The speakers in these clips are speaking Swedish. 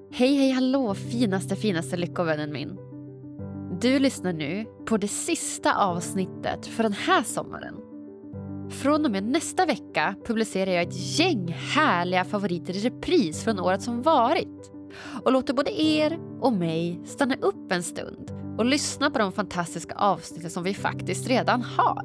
Hej, hallå, finaste lyckovännen min. Du lyssnar nu på det sista avsnittet för den här sommaren. Från och med nästa vecka publicerar jag ett gäng härliga favoriter i repris från året som varit. Och låter både er och mig stanna upp en stund och lyssna på de fantastiska avsnitten som vi faktiskt redan har.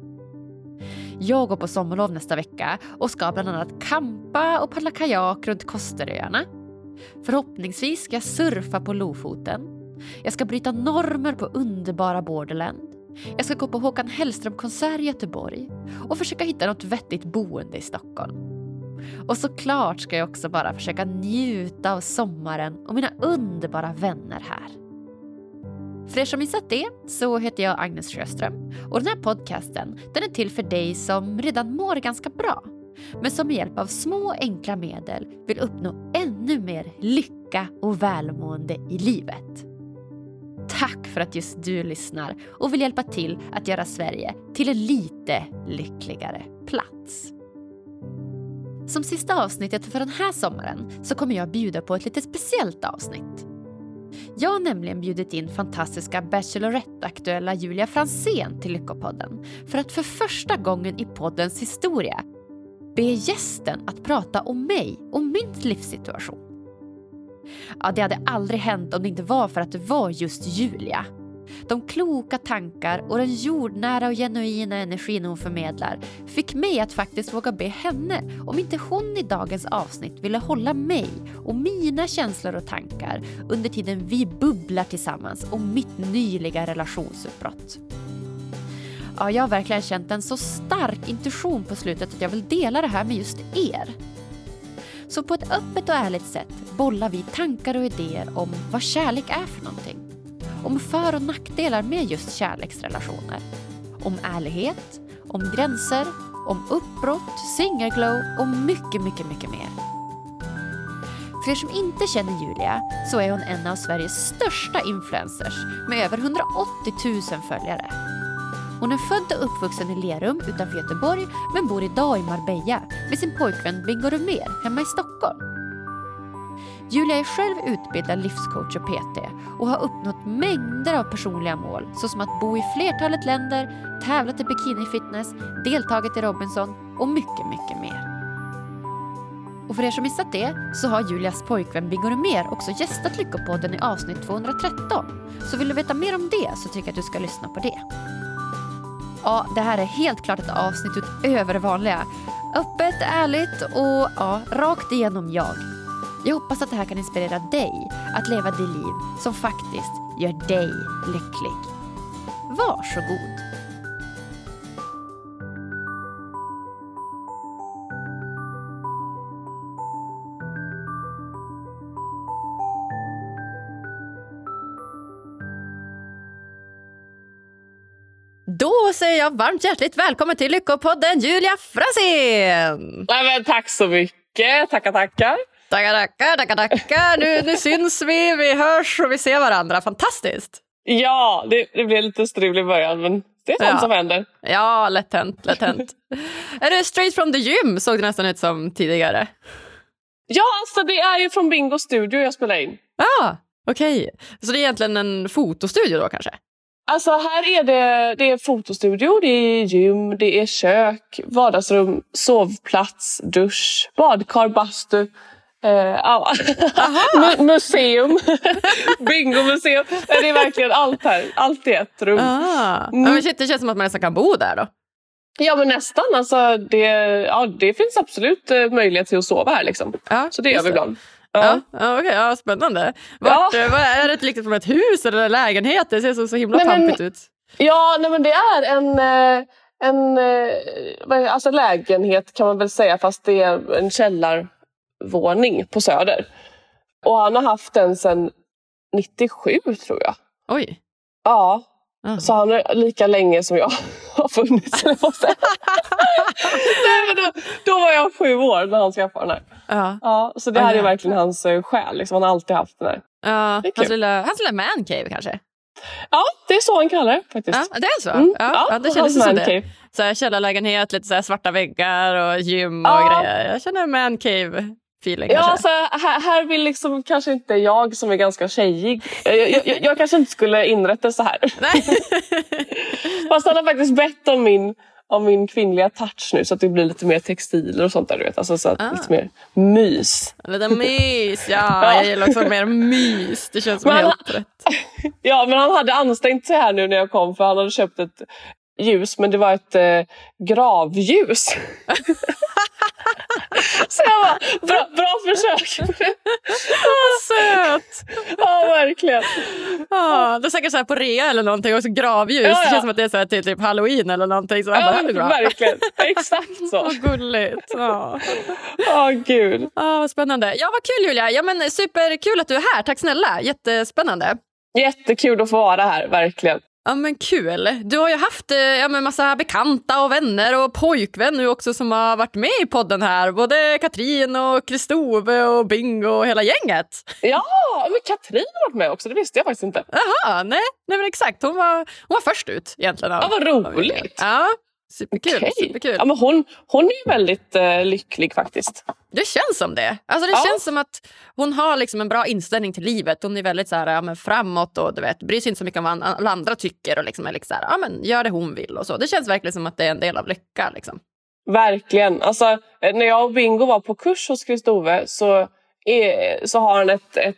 Jag går på sommarlov nästa vecka och ska bland annat campa och paddla kajak runt Kosteröarna. Förhoppningsvis ska jag surfa på Lofoten. Jag ska bryta normer på underbara Borderland. Jag ska gå på Håkan Hellström-konsert i Göteborg och försöka hitta något vettigt boende i Stockholm. Och såklart ska jag också bara försöka njuta av sommaren och mina underbara vänner här. För er som missat det så heter jag Agnes Sjöström och den här podcasten den är till för dig som redan mår ganska bra men som med hjälp av små enkla medel vill uppnå ännu mer lycka och välmående i livet. Tack för att just du lyssnar och vill hjälpa till att göra Sverige till en lite lyckligare plats. Som sista avsnittet för den här sommaren så kommer jag bjuda på ett lite speciellt avsnitt. Jag har nämligen bjudit in fantastiska Bachelorette-aktuella Julia Fransén till Lyckopodden för att för första gången i poddens historia be gästen att prata om mig och min livssituation. Ja, det hade aldrig hänt om det inte var för att det var just Julia. De kloka tankar och den jordnära och genuina energin hon förmedlar fick mig att faktiskt våga be henne om inte hon i dagens avsnitt ville hålla mig och mina känslor och tankar under tiden vi bubblar tillsammans om mitt nyliga relationsutbrott. Ja, jag har verkligen känt en så stark intuition på slutet att jag vill dela det här med just er. Så på ett öppet och ärligt sätt bollar vi tankar och idéer om vad kärlek är för någonting. Om för- och nackdelar med just kärleksrelationer. Om ärlighet, om gränser, om uppbrott, singelglow och mycket mer. För er som inte känner Julia så är hon en av Sveriges största influencers med över 180 000 följare. Hon är född och uppvuxen i Lerum utanför Göteborg men bor idag i Marbella med sin pojkvän Bingo Rumér hemma i Stockholm. Julia är själv utbildad livscoach och PT och har uppnått mängder av personliga mål såsom att bo i flertalet länder, tävlat i bikinifitness, deltagit i Robinson och mycket mer. Och för er som missat det så har Julias pojkvän Bingo Rumér också gästat Lyckopodden i avsnitt 213. Så vill du veta mer om det så tycker jag att du ska lyssna på det. Ja, det här är helt klart ett avsnitt utöver det vanliga. Öppet, ärligt och ja, rakt igenom jag. Jag hoppas att det här kan inspirera dig att leva det liv som faktiskt gör dig lycklig. Varsågod! Då säger jag varmt hjärtligt välkommen till Lyckopodden Julia Fransén! Nej, men tack så mycket, tackar. Tackar. Nu syns vi hörs och vi ser varandra. Fantastiskt! Ja, det blev lite strul i början, men det är sånt som händer. Ja, lätt hänt. Är det straight from the gym, såg det nästan ut som tidigare? Ja, alltså det är ju från Bingo Studio jag spelar in. Ja, okej. Så det är egentligen en fotostudio då kanske? Alltså här är det är fotostudio, det är gym, det är kök, vardagsrum, sovplats, dusch, badkar, bastu, museum, bingomuseum. Det är verkligen allt här, allt i ett rum. Men shit, det känns som att man nästan kan bo där då. Ja, men nästan. Alltså, det finns absolut möjlighet till att sova här liksom. Ja, så det gör vi ibland. Okej, spännande. Vad är det liksom som ett hus eller en lägenhet? Det ser så himla pampigt ut. Ja, men det är en lägenhet kan man väl säga, fast det är en källarvåning på Söder. Och han har haft den sedan 97 tror jag. Oj. Ja. Så han är lika länge som jag har funnits. Nej, men då var jag 7 år när han skaffade den här. Ja, så det här är verkligen hans själ. Liksom. Han har alltid haft den här. Ja, hans lilla man cave kanske. Ja, det är så han kallar det faktiskt. Ja, det är så? Ja, det känns som det. Så här, källarlägenhet, lite så här svarta väggar och gym och grejer. Jag känner man cave. feeling. Ja, kanske. alltså, här vill liksom kanske inte jag som är ganska tjejig. Jag kanske inte skulle inrätta så här. Nej. Fast han har faktiskt bett om min kvinnliga touch nu så att det blir lite mer textiler och sånt där, du vet. Alltså så att lite mer mys. Lite mys, ja. Jag gillar också mer mys. Det känns som helt rätt. Ja, men han hade ansträngt sig här nu när jag kom, för han hade köpt ett ljus, men det var ett gravljus. Så jag bara, bra försök. Söt! Ja, verkligen. Ja, det är säkert så här på rea eller någonting, och så gravljus. Ja. Det känns som att det är så här till typ Halloween eller någonting. Så Ja, verkligen. Exakt så. Vad gulligt. Ja. Gud. Vad spännande. Ja, vad kul, Julia. Ja, men superkul att du är här. Tack snälla. Jättespännande. Jättekul att få vara här, verkligen. Ja, men kul. Du har ju haft massa bekanta och vänner och pojkvän nu också som har varit med i podden här. Både Katrin och Kristove och Bingo och hela gänget. Ja, men Katrin har varit med också. Det visste jag faktiskt inte. Jaha, nej men exakt. Hon var först ut egentligen. Ja, vad roligt. Ja, superkul. Okay. Superkul. Ja, men hon är ju väldigt lycklig faktiskt. Det känns som det. Alltså det känns som att hon har liksom en bra inställning till livet. Hon är väldigt så här, framåt och du vet, bryr sig inte så mycket om vad alla andra tycker och liksom är liksom så här, gör det hon vill och så. Det känns verkligen som att det är en del av lycka liksom. Verkligen. Alltså, när jag och Bingo var på kurs hos Kristove så har han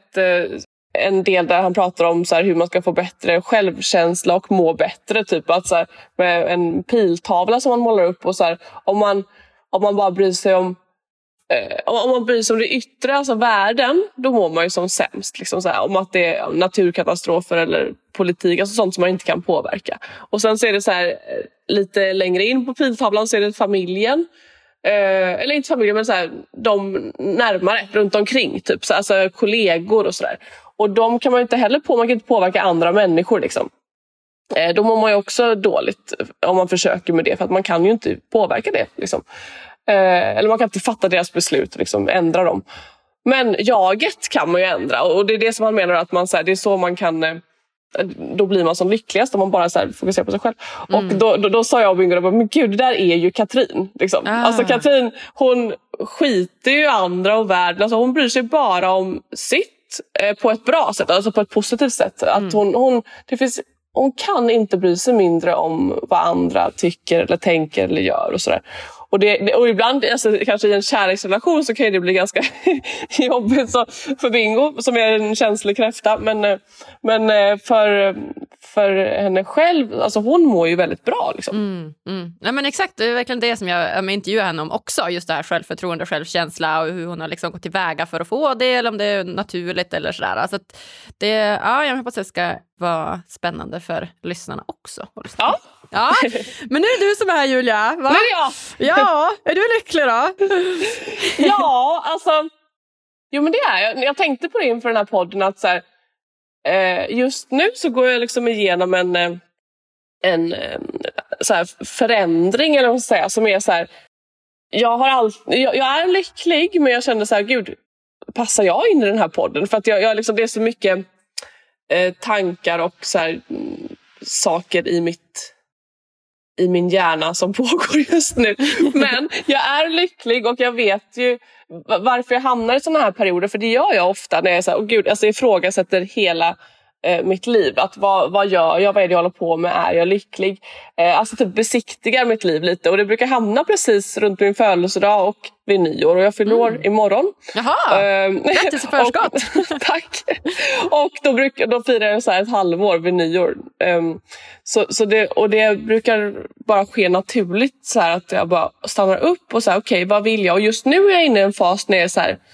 en del där han pratar om så här, hur man ska få bättre självkänsla och må bättre. Typ att så här, med en piltavla som man målar upp och så här, om man bara bryr sig om man bryr sig om det yttre, alltså världen, då mår man ju som sämst. Liksom så här, om att det är naturkatastrofer eller politik, alltså sånt som man inte kan påverka. Och sen så är det så här, lite längre in på piltavlan så är det familjen. Eller inte familjen, men så här, de närmare runt omkring. Typ, så, alltså kollegor och sådär. Och de kan man ju inte heller man kan inte påverka andra människor liksom. Då mår man ju också dåligt om man försöker med det, för att man kan ju inte påverka det liksom. Eller man kan inte fatta deras beslut och liksom ändra dem. Men jaget kan man ju ändra, och det är det som han menar, att man, så här, det är så man kan, då blir man som lyckligast om man bara så här, fokuserar på sig själv. Och då sa jag och Bingo, men gud, det där är ju Katrin liksom. Alltså Katrin, hon skiter ju andra och världen, alltså, hon bryr sig bara om sitt på ett bra sätt, alltså på ett positivt sätt. Att hon kan inte bry sig mindre om vad andra tycker eller tänker eller gör och sådär. Och ibland, alltså, kanske i en kärleksrelation, så kan det bli ganska jobbigt så, för Bingo, som är en känslig kräfta. Men för henne själv, alltså hon mår ju väldigt bra liksom. Ja, men exakt, det är verkligen det som jag intervjuar henne om också. Just det här självförtroende och självkänsla, och hur hon har liksom gått tillväga för att få det, eller om det är naturligt eller sådär. Alltså att jag hoppas att det ska vara spännande för lyssnarna också. Ja, men nu är det du som är här, Julia, va? Nu är jag! Ja, är du lycklig då? Ja, alltså, jo men det är jag. Jag tänkte på det inför den här podden, att så här, just nu så går jag liksom igenom en så här förändring, eller vad man ska säga, som är så här, jag är lycklig, men jag kände så här, gud, passar jag in i den här podden? För att jag liksom, det är så mycket tankar och så här, saker i min hjärna som pågår just nu. Men jag är lycklig, och jag vet ju varför jag hamnar i såna här perioder. För det gör jag ofta när jag alltså ifrågasätter hela mitt liv. Att vad gör jag? Vad är det jag håller på med? Är jag lycklig? Alltså typ besiktigar mitt liv lite. Och det brukar hamna precis runt min födelsedag och vid nyår. Och jag fyller år imorgon. Jaha, grattis i förskott. Tack. Och då firar jag så här ett halvår vid nyår. Så det brukar bara ske naturligt, så här, att jag bara stannar upp och så här, okej, vad vill jag? Och just nu är jag inne i en fas när jag är så här,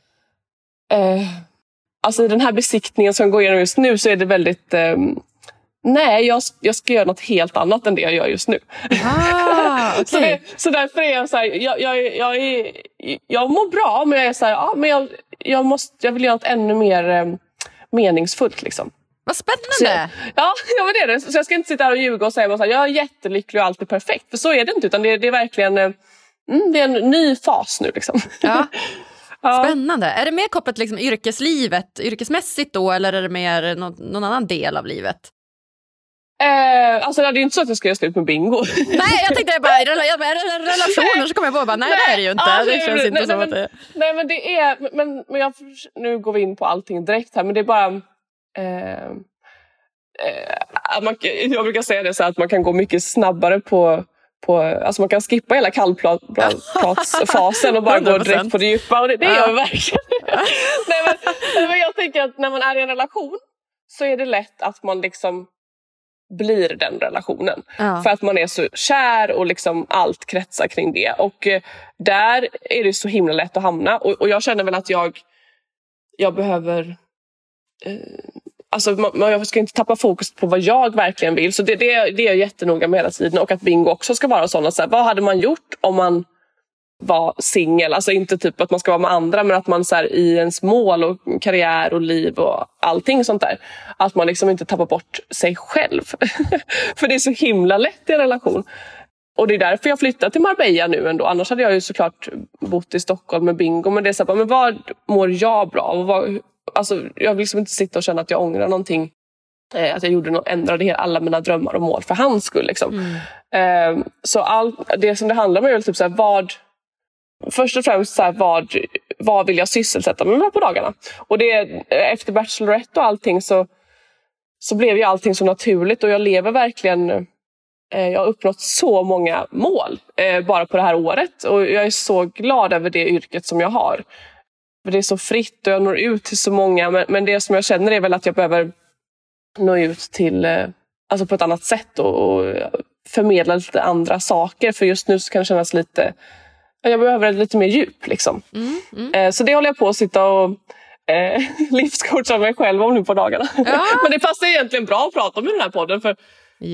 alltså i den här besiktningen som går igenom just nu, så är det väldigt nej, jag ska göra något helt annat än det jag gör just nu. Okay. så därför är jag så här, jag mår bra, men jag är så här, ja, men jag vill göra något ännu mer meningsfullt liksom. Vad spännande! Ja, men det är det. Så jag ska inte sitta här och ljuga och säga att jag är jättelycklig och allt är perfekt. För så är det inte, utan det är verkligen det är en ny fas nu liksom. Ja. Spännande. Är det mer kopplat liksom yrkesmässigt då, eller är det mer någon annan del av livet? Alltså det är ju inte så att jag ska göra slut med Bingo. Nej, jag tänkte bara relationer, så kommer jag på bara, nej det är det ju inte. Alltså, det känns inte som att det... Nej men det är, men nu går vi in på allting direkt här, men det är bara jag brukar säga det så att man kan gå mycket snabbare på alltså man kan skippa hela kallpratsfasen och bara 100%. Gå direkt på det djupa, och det gör jag verkligen. men jag tänker att när man är i en relation så är det lätt att man liksom blir den relationen. För att man är så kär och liksom allt kretsar kring det. Och där är det så himla lätt att hamna. Och jag känner väl att jag behöver... Alltså jag ska inte tappa fokus på vad jag verkligen vill. Så det är jag jättenoga med hela tiden. Och att Bingo också ska vara sån. Så här, vad hade man gjort om man var singel? Alltså inte typ att man ska vara med andra, men att man så här, i ens mål och karriär och liv och allting sånt där, att man liksom inte tappar bort sig själv. För det är så himla lätt i en relation. Och det är därför jag flyttat till Marbella nu ändå. Annars hade jag ju såklart bott i Stockholm med Bingo. Men det är så här, men vad mår jag bra av? Alltså, jag vill liksom inte sitta och känna att jag ångrar någonting. Att jag ändrade alla mina drömmar och mål för hans skull. Liksom. Så det som det handlar om är typ så här, först och främst så här, vad vill jag sysselsätta mig med på dagarna? Och det, efter Bachelorette och allting så blev ju allting så naturligt. Och jag lever verkligen... Jag har uppnått så många mål bara på det här året. Och jag är så glad över det yrket som jag har. För det är så fritt och jag når ut till så många. Men det som jag känner är väl att jag behöver nå ut till alltså på ett annat sätt. Och förmedla lite andra saker. För just nu så kan det kännas lite... Jag behöver lite mer djup liksom. Så det håller jag på att sitta och livscoacha mig själv om nu på dagarna. Ja. Men det passar egentligen bra att prata om i den här podden. För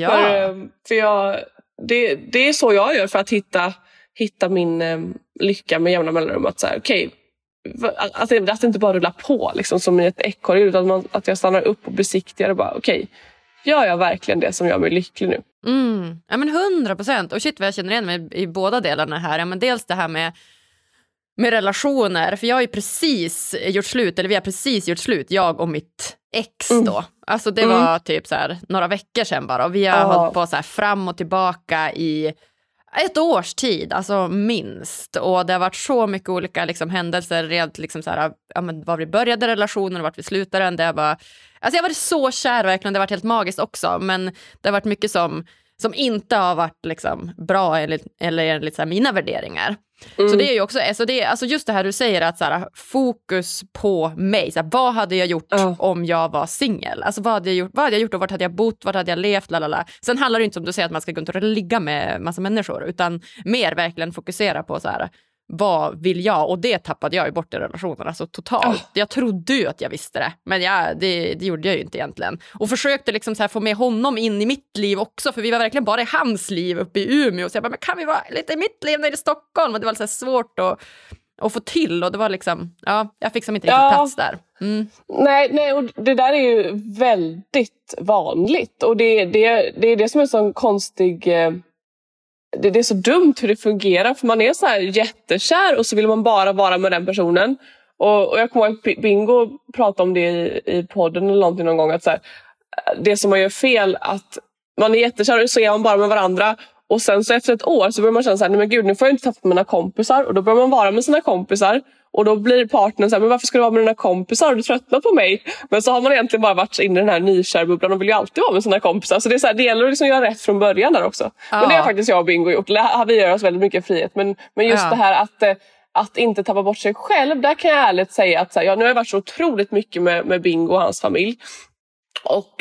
det är så jag gör för att hitta min lycka med jämna mellanrum. Att så här, okej, att det inte bara rullar på liksom, som i ett ekorrhjul, utan att jag stannar upp och besiktigar och bara okej, gör jag verkligen det som gör mig lycklig nu? Ja men 100%. Och shit vad jag känner igen mig i båda delarna här. Ja, men dels det här med relationer. För jag har ju precis gjort slut, eller vi har precis gjort slut, jag och mitt ex då. Alltså det var typ så här några veckor sedan bara. Och vi har hållit på så här fram och tillbaka i ett års tid, alltså minst. Och det har varit så mycket olika liksom, händelser, rent liksom så här, ja, men var vi började relationen och vart vi slutade den. Det var, alltså jag var så kär verkligen, det har varit helt magiskt också. Men det har varit mycket som inte har varit liksom bra eller enligt så här, mina värderingar. Så det är ju också, alltså just det här du säger att så här, fokus på mig, så här, vad hade jag gjort om jag var singel? Alltså vad hade jag gjort och vart hade jag bott, vart hade jag levt, lalala. Sen handlar det inte som du säger att man ska gå och ligga med massa människor, utan mer verkligen fokusera på så här, vad vill jag? Och det tappade jag ju bort i relationen, alltså totalt. Jag trodde ju att jag visste det, men det gjorde jag ju inte egentligen. Och försökte liksom så här få med honom in i mitt liv också, för vi var verkligen bara i hans liv uppe i Umeå. Så jag bara, men kan vi vara lite i mitt liv nere i Stockholm? Och det var så här svårt att få till, och det var liksom, jag fick som inte riktigt plats där. Nej, och det där är ju väldigt vanligt. Och det är det som är så konstig... Det är så dumt hur det fungerar, för man är så här jättekär och så vill man bara vara med den personen. Och jag kommer ihåg att Bingo pratade om det i podden eller någonting någon gång, att så här, det som man gör fel, att man är jättekär och så är man bara med varandra, och sen så efter ett år så börjar man känna så här, nej men gud, nu får jag inte tappa mina kompisar, och då börjar man vara med sina kompisar. Och då blir partnern så här, men varför ska du vara med dina kompisar? Du tröttnar på mig. Men så har man egentligen bara varit inne i den här nykärbubblan och vill ju alltid vara med sina kompisar. Så det är så här, det gäller att liksom göra rätt från början där också. Men det har faktiskt jag och Bingo gjort. Vi gör oss väldigt mycket frihet. Men just det här att inte tappa bort sig själv, där kan jag ärligt säga att så här, nu har jag varit så otroligt mycket med Bingo och hans familj. Och...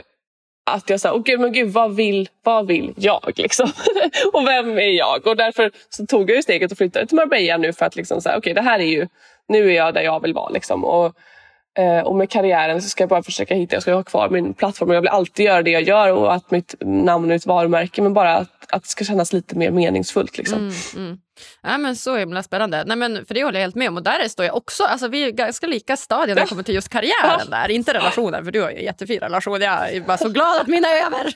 att jag sa, okej, men gud, vad vill jag liksom? Och vem är jag? Och därför så tog jag ju steget och flyttade till Marbella nu, för att liksom säga, okej, det här är ju, nu är jag där jag vill vara liksom. Och med karriären så ska jag bara försöka jag ska ha kvar min plattform, och jag vill alltid göra det jag gör, och att mitt namn är ett varumärke, men bara att det ska kännas lite mer meningsfullt liksom. Ja, men så himla spännande. Nej, men för det håller jag helt med om. Och där står jag också, alltså vi är ganska lika stadier när det kommer till just karriären där. Inte relationen, för du har ju en jättefin relation. Jag är bara så glad att mina är över.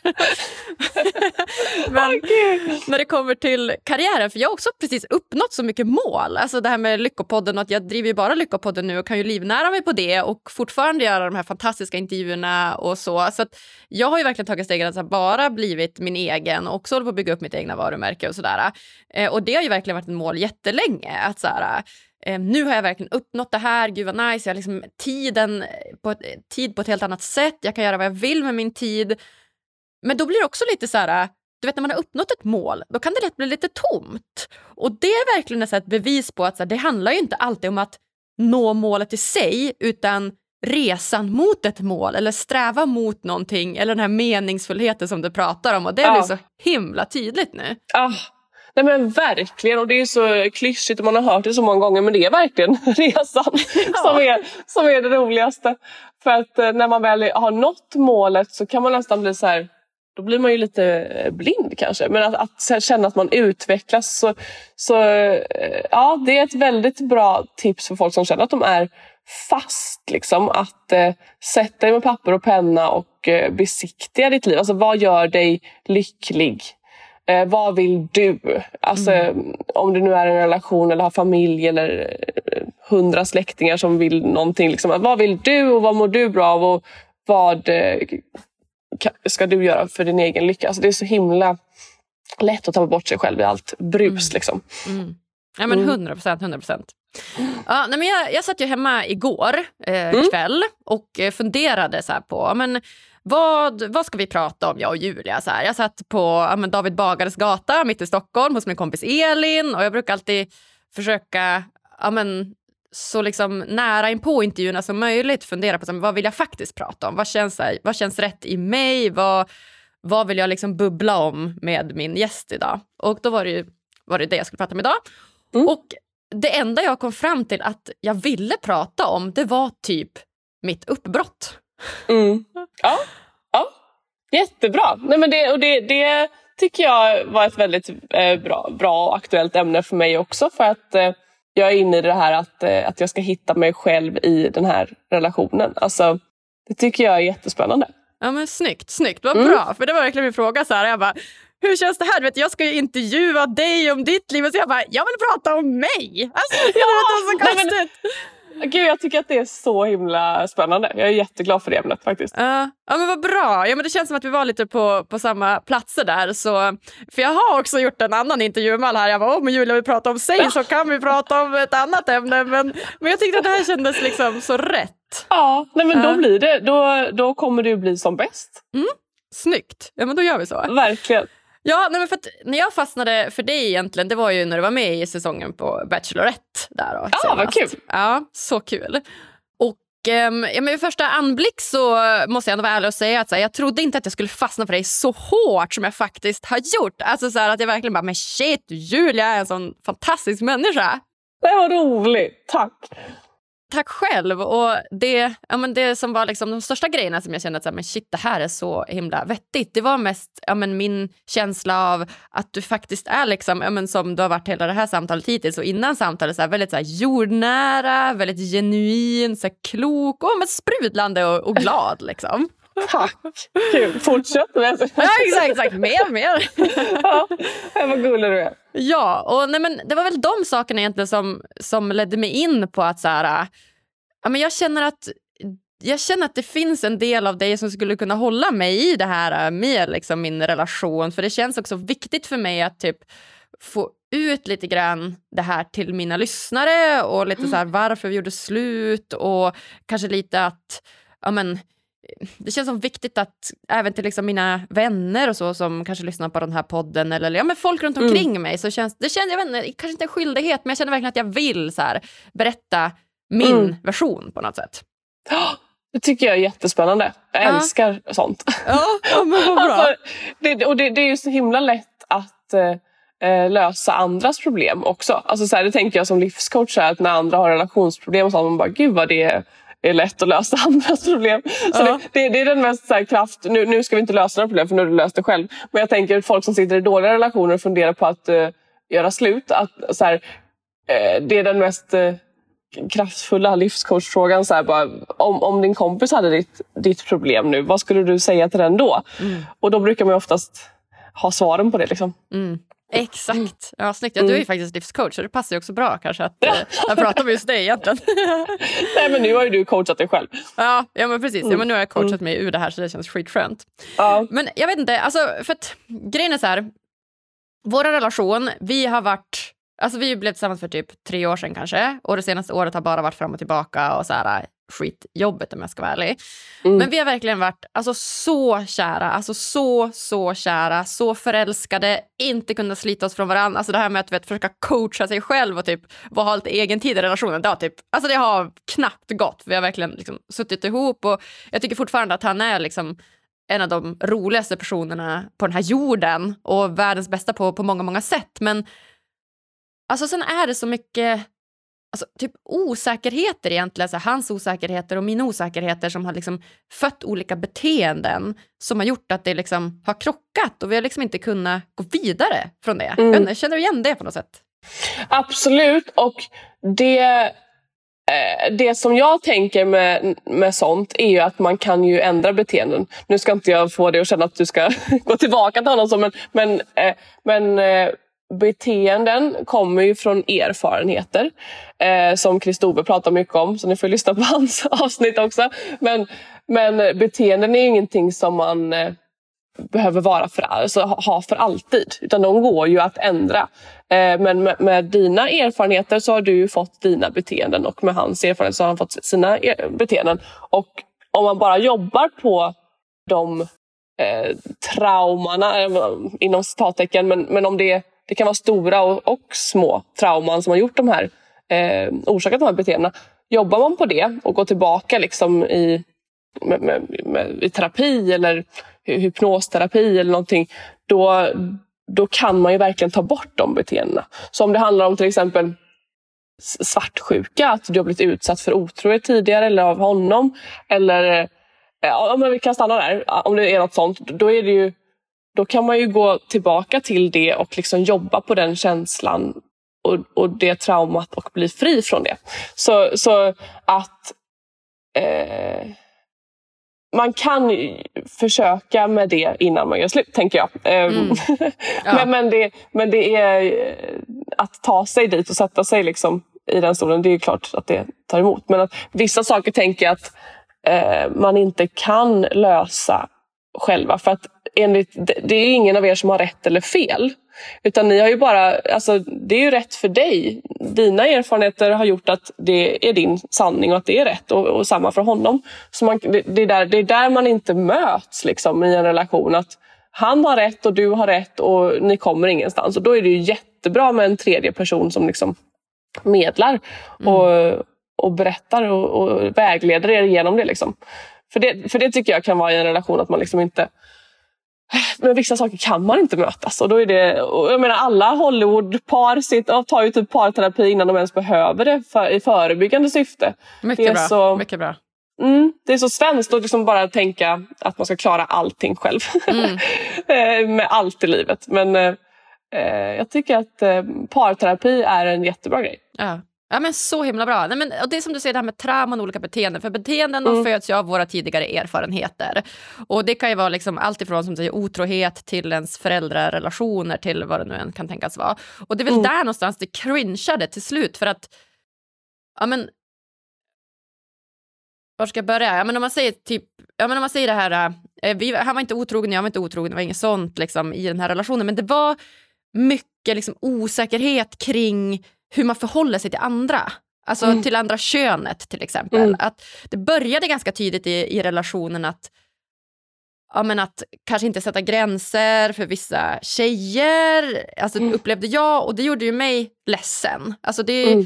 Men när det kommer till karriären, för jag har också precis uppnått så mycket mål. Alltså det här med Lyckopodden, och att jag driver ju bara Lyckopodden nu och kan ju livnära mig på det och fortfarande göra de här fantastiska intervjuerna och så. Så att jag har ju verkligen tagit steget att bara blivit min egen och också håller på att bygga upp mitt egna varumärke och sådär. Och det har ju verkligen varit ett mål jättelänge. Att så här, nu har jag verkligen uppnått det här. Gud vad nice. Jag har liksom tid på ett helt annat sätt. Jag kan göra vad jag vill med min tid. Men då blir det också lite så här, du vet när man har uppnått ett mål, då kan det lätt bli lite tomt. Och det är verkligen ett bevis på att så här, det handlar ju inte alltid om att nå målet i sig, utan resan mot ett mål eller sträva mot någonting eller den här meningsfullheten som du pratar om. Och det blir så himla tydligt nu. Nej men verkligen, och det är så klyschigt och man har hört det så många gånger, men det är verkligen resan som är det roligaste. För att när man väl har nått målet så kan man nästan bli så här, då blir man ju lite blind kanske. Men att känna att man utvecklas så ja, det är ett väldigt bra tips för folk som känner att de är fast liksom, att sätta dig med papper och penna och besiktiga ditt liv. Alltså vad gör dig lycklig? Vad vill du? Alltså om du nu är i en relation eller har familj eller 100 släktingar som vill någonting liksom, vad vill du och vad mår du bra av och vad ska du göra för din egen lycka? Alltså det är så himla lätt att ta bort sig själv i allt brus liksom. Ja men 100%. Ja, nej, men jag satt ju hemma igår kväll och funderade så här på men vad ska vi prata om, jag och Julia? Så här. Jag satt på David Bagares gata mitt i Stockholm hos min kompis Elin, och jag brukar alltid försöka så liksom nära in på intervjuerna som möjligt fundera på så här, vad vill jag faktiskt prata om? Vad känns rätt i mig? Vad vill jag liksom bubbla om med min gäst idag? Och då var det jag skulle prata om idag. Och det enda jag kom fram till att jag ville prata om, det var typ mitt uppbrott. Ja, jättebra. Nej, men det tycker jag var ett väldigt bra och aktuellt ämne för mig också, för att jag är inne i det här att jag ska hitta mig själv i den här relationen. Alltså, det tycker jag är jättespännande. Ja men snyggt, vad bra. För det var verkligen min fråga så här, jag bara, hur känns det här? Du vet, jag ska ju intervjua dig om ditt liv, och så jag bara, jag vill prata om mig. Alltså, det var så konstigt. Gud, jag tycker att det är så himla spännande. Jag är jätteglad för det ämnet faktiskt. Ja men vad bra. Ja men det känns som att vi var lite på samma platser där. Så, för jag har också gjort en annan intervju med alla här. Jag var men Julia vill prata om sig, så kan vi prata om ett annat ämne. Men jag tyckte att det här kändes liksom så rätt. Ja, nej, men då blir det. Då kommer du bli som bäst. Snyggt. Ja men då gör vi så. Verkligen. Ja, nej, men för att när jag fastnade för dig egentligen, det var ju när du var med i säsongen på Bachelorette där då. Ja, vad kul. Ja, så kul. Och men vid första anblick så måste jag ändå vara ärlig och säga att så här, jag trodde inte att jag skulle fastna för dig så hårt som jag faktiskt har gjort. Alltså så här, att jag verkligen bara, men shit, Julia är en sån fantastisk människa. Det var roligt, tack. Tack själv. Och det som var liksom de största grejerna som jag kände att så här, men shit, det här är så himla vettigt. Det var mest min känsla av att du faktiskt är liksom, som du har varit hela det här samtalet hittills och innan samtalet, så här, väldigt så här, jordnära, väldigt genuin, så här, klok och sprudlande och glad liksom. Tack, kul, fortsätt. Ja, exakt, mer. Ja, vad gullig du är. Ja, och det var väl de sakerna egentligen som ledde mig in på att så här, jag känner att det finns en del av dig som skulle kunna hålla mig i det här med liksom min relation, för det känns också viktigt för mig att typ få ut lite grann det här till mina lyssnare och lite så här varför vi gjorde slut och kanske lite att det känns som viktigt att även till liksom mina vänner och så som kanske lyssnar på den här podden eller folk runt omkring mig, så känns jag vet inte, kanske inte en skyldighet, men jag känner verkligen att jag vill så här berätta min version på något sätt. Det tycker jag är jättespännande. Jag älskar sånt. Ja, men vad bra. Alltså, det är ju så himla lätt att lösa andras problem också. Alltså så här, det tänker jag som livscoach, att när andra har relationsproblem och så, man bara, gud vad det är lätt att lösa andras problem. Så det är den mest så här, kraft. Nu ska vi inte lösa några problem, för nu har du löst det själv. Men jag tänker att folk som sitter i dåliga relationer och funderar på att göra slut. Att, så här, det är den mest kraftfulla livscoachfrågan. Så här, bara, om din kompis hade ditt problem nu, vad skulle du säga till den då? Och då brukar man oftast ha svaren på det. Liksom. Exakt. Ja, snyggt. Ja, du är ju faktiskt livscoach, så det passar ju också bra kanske att jag pratar med just dig egentligen. Nej, men nu har ju du coachat dig själv. Ja men precis. Ja, men nu har jag coachat mig ur det här, så det känns skitskönt. Ja. Men jag vet inte, alltså, för att grejen är så här, vår relation, vi blev tillsammans för typ 3 år sedan kanske, och det senaste året har bara varit fram och tillbaka och så här skitjobbet om jag ska vara ärlig. Men vi har verkligen varit alltså så kära, alltså så kära, så förälskade, inte kunna slita oss från varandra. Alltså det här med att försöka coacha sig själv och typ ha lite egen tid i relationen, det har knappt gått. Vi har verkligen liksom suttit ihop, och jag tycker fortfarande att han är liksom en av de roligaste personerna på den här jorden och världens bästa på många, många sätt. Men alltså sen är det så mycket typ osäkerheter egentligen, så hans osäkerheter och mina osäkerheter som har liksom fött olika beteenden som har gjort att det liksom har krockat, och vi har liksom inte kunnat gå vidare från det. Jag känner igen det på något sätt. Absolut, och det som jag tänker med sånt är ju att man kan ju ändra beteenden. Nu ska inte jag få det att känna att du ska gå tillbaka till honom, men beteenden kommer ju från erfarenheter som Kristove pratar mycket om, så ni får lyssna på hans avsnitt också. Men beteenden är ju ingenting som man behöver ha för alltid, utan de går ju att ändra. Men med dina erfarenheter så har du ju fått dina beteenden, och med hans erfarenheter så har han fått sina beteenden. Och om man bara jobbar på de traumorna inom citattecken, men om det kan vara stora och små trauman som har gjort de här orsakat de här beteendena. Jobbar man på det och går tillbaka liksom i terapi eller hypnosterapi eller någonting, då kan man ju verkligen ta bort de beteendena. Så om det handlar om till exempel svartsjuka, att du har blivit utsatt för otrohet tidigare eller av honom, eller men vi kan stanna där. Om det är något sånt, då kan man ju gå tillbaka till det och liksom jobba på den känslan och det traumat och bli fri från det. Så att man kan försöka med det innan man gör slut, tänker jag. Ja. men det är att ta sig dit och sätta sig liksom i den stolen, det är klart att det tar emot. Men att vissa saker tänker jag att man inte kan lösa själva, för att det är ingen av er som har rätt eller fel, utan ni har ju bara, alltså det är ju rätt för dig. Dina erfarenheter har gjort att det är din sanning och att det är rätt, och samma för honom. Så det är där man inte möts liksom i en relation, att han har rätt och du har rätt och ni kommer ingenstans. Och då är det ju jättebra med en tredje person som liksom medlar och berättar och vägleder er igenom det liksom. För det tycker jag kan vara i en relation, att man liksom inte, men vissa saker kan man inte mötas, och då är det, och jag menar alla Hollywood-par tar ju typ parterapi innan de ens behöver det i förebyggande syfte. Mycket bra. Det är så svenskt att liksom bara tänka att man ska klara allting själv med allt i livet, men jag tycker att parterapi är en jättebra grej. Ja, men så himla bra. Nej, men, och det är som du säger, det här med trauman och olika beteenden. För beteenden de föds ju av våra tidigare erfarenheter. Och det kan ju vara liksom allt ifrån som säger otrohet till ens föräldrarelationer till vad det nu än kan tänkas vara. Och det är väl där någonstans det cringeade till slut. För att, ja men, var ska jag börja? Ja men om man säger det här, han var inte otrogen, jag var inte otrogen, det var inget sånt liksom i den här relationen. Men det var mycket liksom osäkerhet kring hur man förhåller sig till andra. Alltså till andra könet till exempel. Att det började ganska tidigt i relationen att kanske inte sätta gränser för vissa tjejer. Alltså upplevde jag, och det gjorde ju mig ledsen. Alltså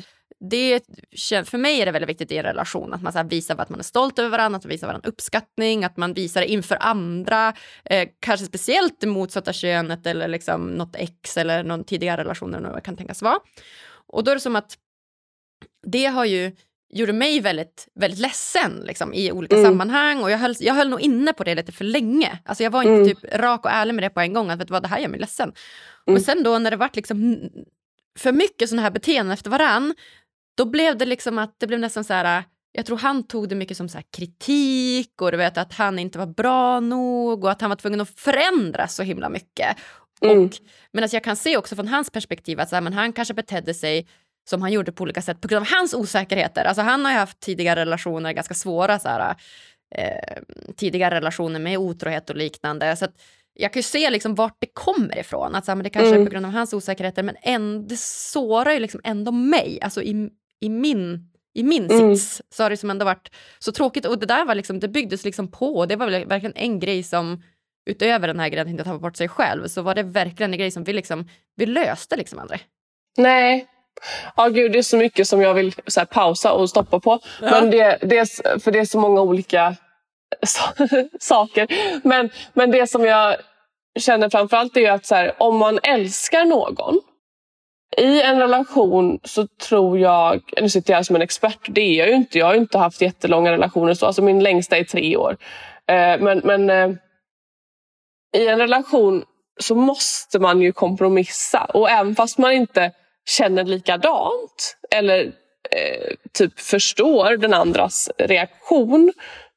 för mig är det väldigt viktigt i en relation att man så här visar att man är stolt över varandra, att man visar varandra uppskattning, att man visar det inför andra, kanske speciellt det motsatta könet eller liksom något ex eller någon tidigare relation eller vad kan tänkas vara. Och då är det som att det har ju gjorde mig väldigt, väldigt ledsen liksom, i olika sammanhang, och jag höll nog inne på det lite för länge. Alltså jag var inte typ rak och ärlig med det på en gång, att vet du vad, det här gör mig ledsen. Men sen då när det var liksom för mycket sådana här beteenden efter varann, då blev det liksom att det blev nästan så här, jag tror han tog det mycket som så här kritik och du vet att han inte var bra nog och att han var tvungen att förändras så himla mycket. Men alltså jag kan se också från hans perspektiv att så här, men han kanske betedde sig som han gjorde på olika sätt på grund av hans osäkerheter. Alltså han har ju haft tidigare relationer, ganska svåra så här, tidigare relationer med otrohet och liknande. Så att jag kan ju se liksom vart det kommer ifrån. Att så här, men det kanske är på grund av hans osäkerheter, men det sårar ju liksom ändå mig. Alltså i min sits så har det som ändå varit så tråkigt. Och det där var liksom, det byggdes liksom på. Det var verkligen en grej som utöver den här grejen att inte ta bort sig själv, så var det verkligen en grej som vi löste liksom aldrig. Nej. Ja, gud, det är så mycket som jag vill så här, pausa och stoppa på. Ja. Men för det är så många olika saker. Men det som jag känner framförallt är ju att så här, om man älskar någon i en relation, så tror jag, nu sitter jag som en expert, det är jag ju inte. Jag har ju inte haft jättelånga relationer så, alltså min längsta är 3 år. Men i en relation så måste man ju kompromissa, och även fast man inte känner likadant eller typ förstår den andras reaktion,